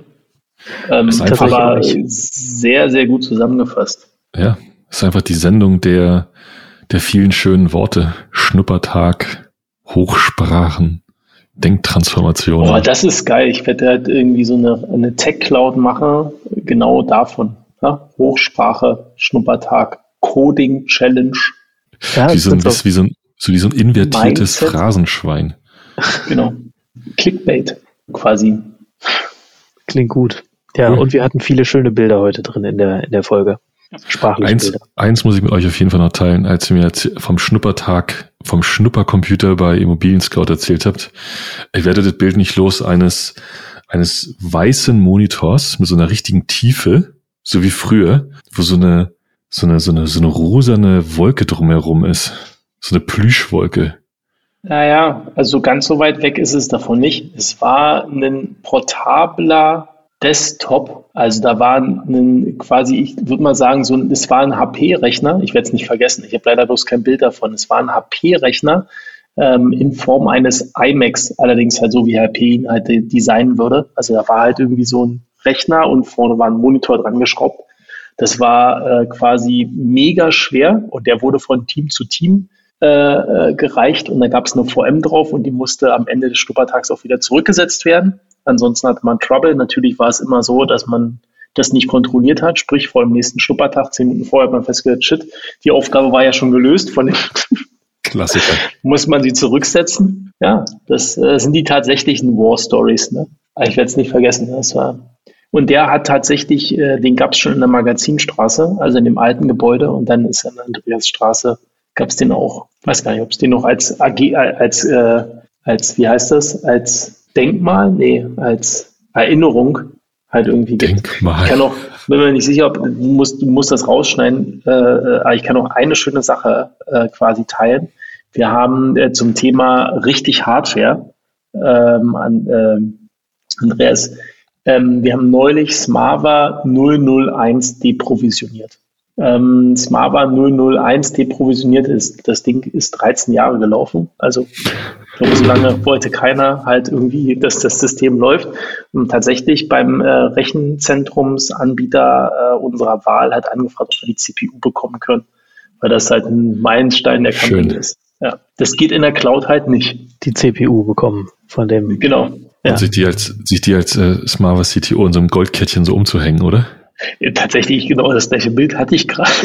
Aber sehr, sehr gut zusammengefasst. Ja, es ist einfach die Sendung der vielen schönen Worte. Schnuppertag, Hochsprachen, Denktransformation. Oh, das ist geil. Ich werde halt irgendwie so eine Tech-Cloud machen, genau davon. Ja? Hochsprache, Schnuppertag, Coding Challenge. Ja, wie so ein invertiertes Mindset. Phrasenschwein. Genau. Clickbait quasi. Klingt gut. Ja, und wir hatten viele schöne Bilder heute drin in der Folge. Sprachliche Bilder. Eins muss ich mit euch auf jeden Fall noch teilen, als ihr mir vom Schnuppertag, vom Schnuppercomputer bei Immobilien Scout erzählt habt. Ich werde das Bild nicht los, eines weißen Monitors mit so einer richtigen Tiefe, so wie früher, wo so eine rosane Wolke drumherum ist. So eine Plüschwolke. Naja, also ganz so weit weg ist es davon nicht. Es war ein portabler Desktop, also da war quasi, ich würde mal sagen, es war ein HP-Rechner, ich werde es nicht vergessen, ich habe leider bloß kein Bild davon, es war ein HP-Rechner in Form eines iMacs, allerdings halt so, wie HP ihn halt designen würde. Also da war halt irgendwie so ein Rechner und vorne war ein Monitor dran geschraubt. Das war quasi mega schwer und der wurde von Team zu Team gereicht und da gab es eine VM drauf und die musste am Ende des Schnuppertags auch wieder zurückgesetzt werden. Ansonsten hatte man Trouble. Natürlich war es immer so, dass man das nicht kontrolliert hat, sprich vor dem nächsten Schnuppertag, 10 Minuten vorher hat man festgestellt, shit, die Aufgabe war ja schon gelöst, von dem Klassiker. muss man sie zurücksetzen. Ja, das sind die tatsächlichen War Stories. Ne? Ich werde es nicht vergessen. Und der hat tatsächlich, den gab es schon in der Magazinstraße, also in dem alten Gebäude und dann ist an der Andreasstraße gab es den auch, weiß gar nicht, ob es den noch als wie heißt das, als Denkmal? Nee, als Erinnerung halt irgendwie gibt. Denkmal. Ich kann auch, bin mir nicht sicher, du musst das rausschneiden, aber ich kann auch eine schöne Sache quasi teilen. Wir haben zum Thema richtig Hardware, Andreas, wir haben neulich Smava 001 deprovisioniert. Smava 001 deprovisioniert ist, das Ding ist 13 Jahre gelaufen, also ich glaube, so lange wollte keiner halt irgendwie, dass das System läuft und tatsächlich beim Rechenzentrumsanbieter unserer Wahl hat angefragt, ob wir die CPU bekommen können, weil das halt ein Meilenstein der Company ist. Ja, das geht in der Cloud halt nicht. Die CPU bekommen von dem. Genau. Ja. Und sich die als Smava CTO in so einem Goldkettchen so umzuhängen, oder? Tatsächlich genau das gleiche Bild hatte ich gerade.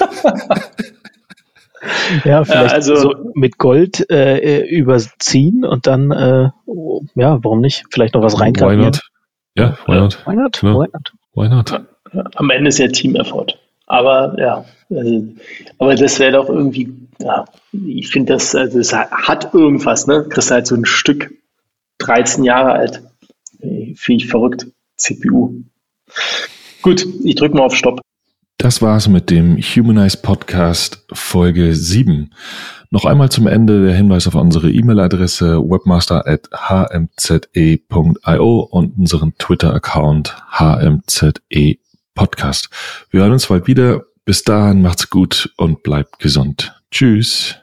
Ja, vielleicht so mit Gold überziehen und dann, warum nicht? Vielleicht noch was reingravieren. Ja, why not? Why not? Genau. Why not? Am Ende ist ja Team-Effort. Aber ja, aber das wäre doch irgendwie, ja, ich finde, das hat irgendwas, ne? Kriegst halt so ein Stück, 13 Jahre alt. Finde ich verrückt. CPU. Gut, ich drücke mal auf Stopp. Das war's mit dem Humanize Podcast Folge 7. Noch einmal zum Ende der Hinweis auf unsere E-Mail-Adresse webmaster@hmze.io und unseren Twitter-Account HMZE Podcast. Wir hören uns bald wieder. Bis dahin macht's gut und bleibt gesund. Tschüss.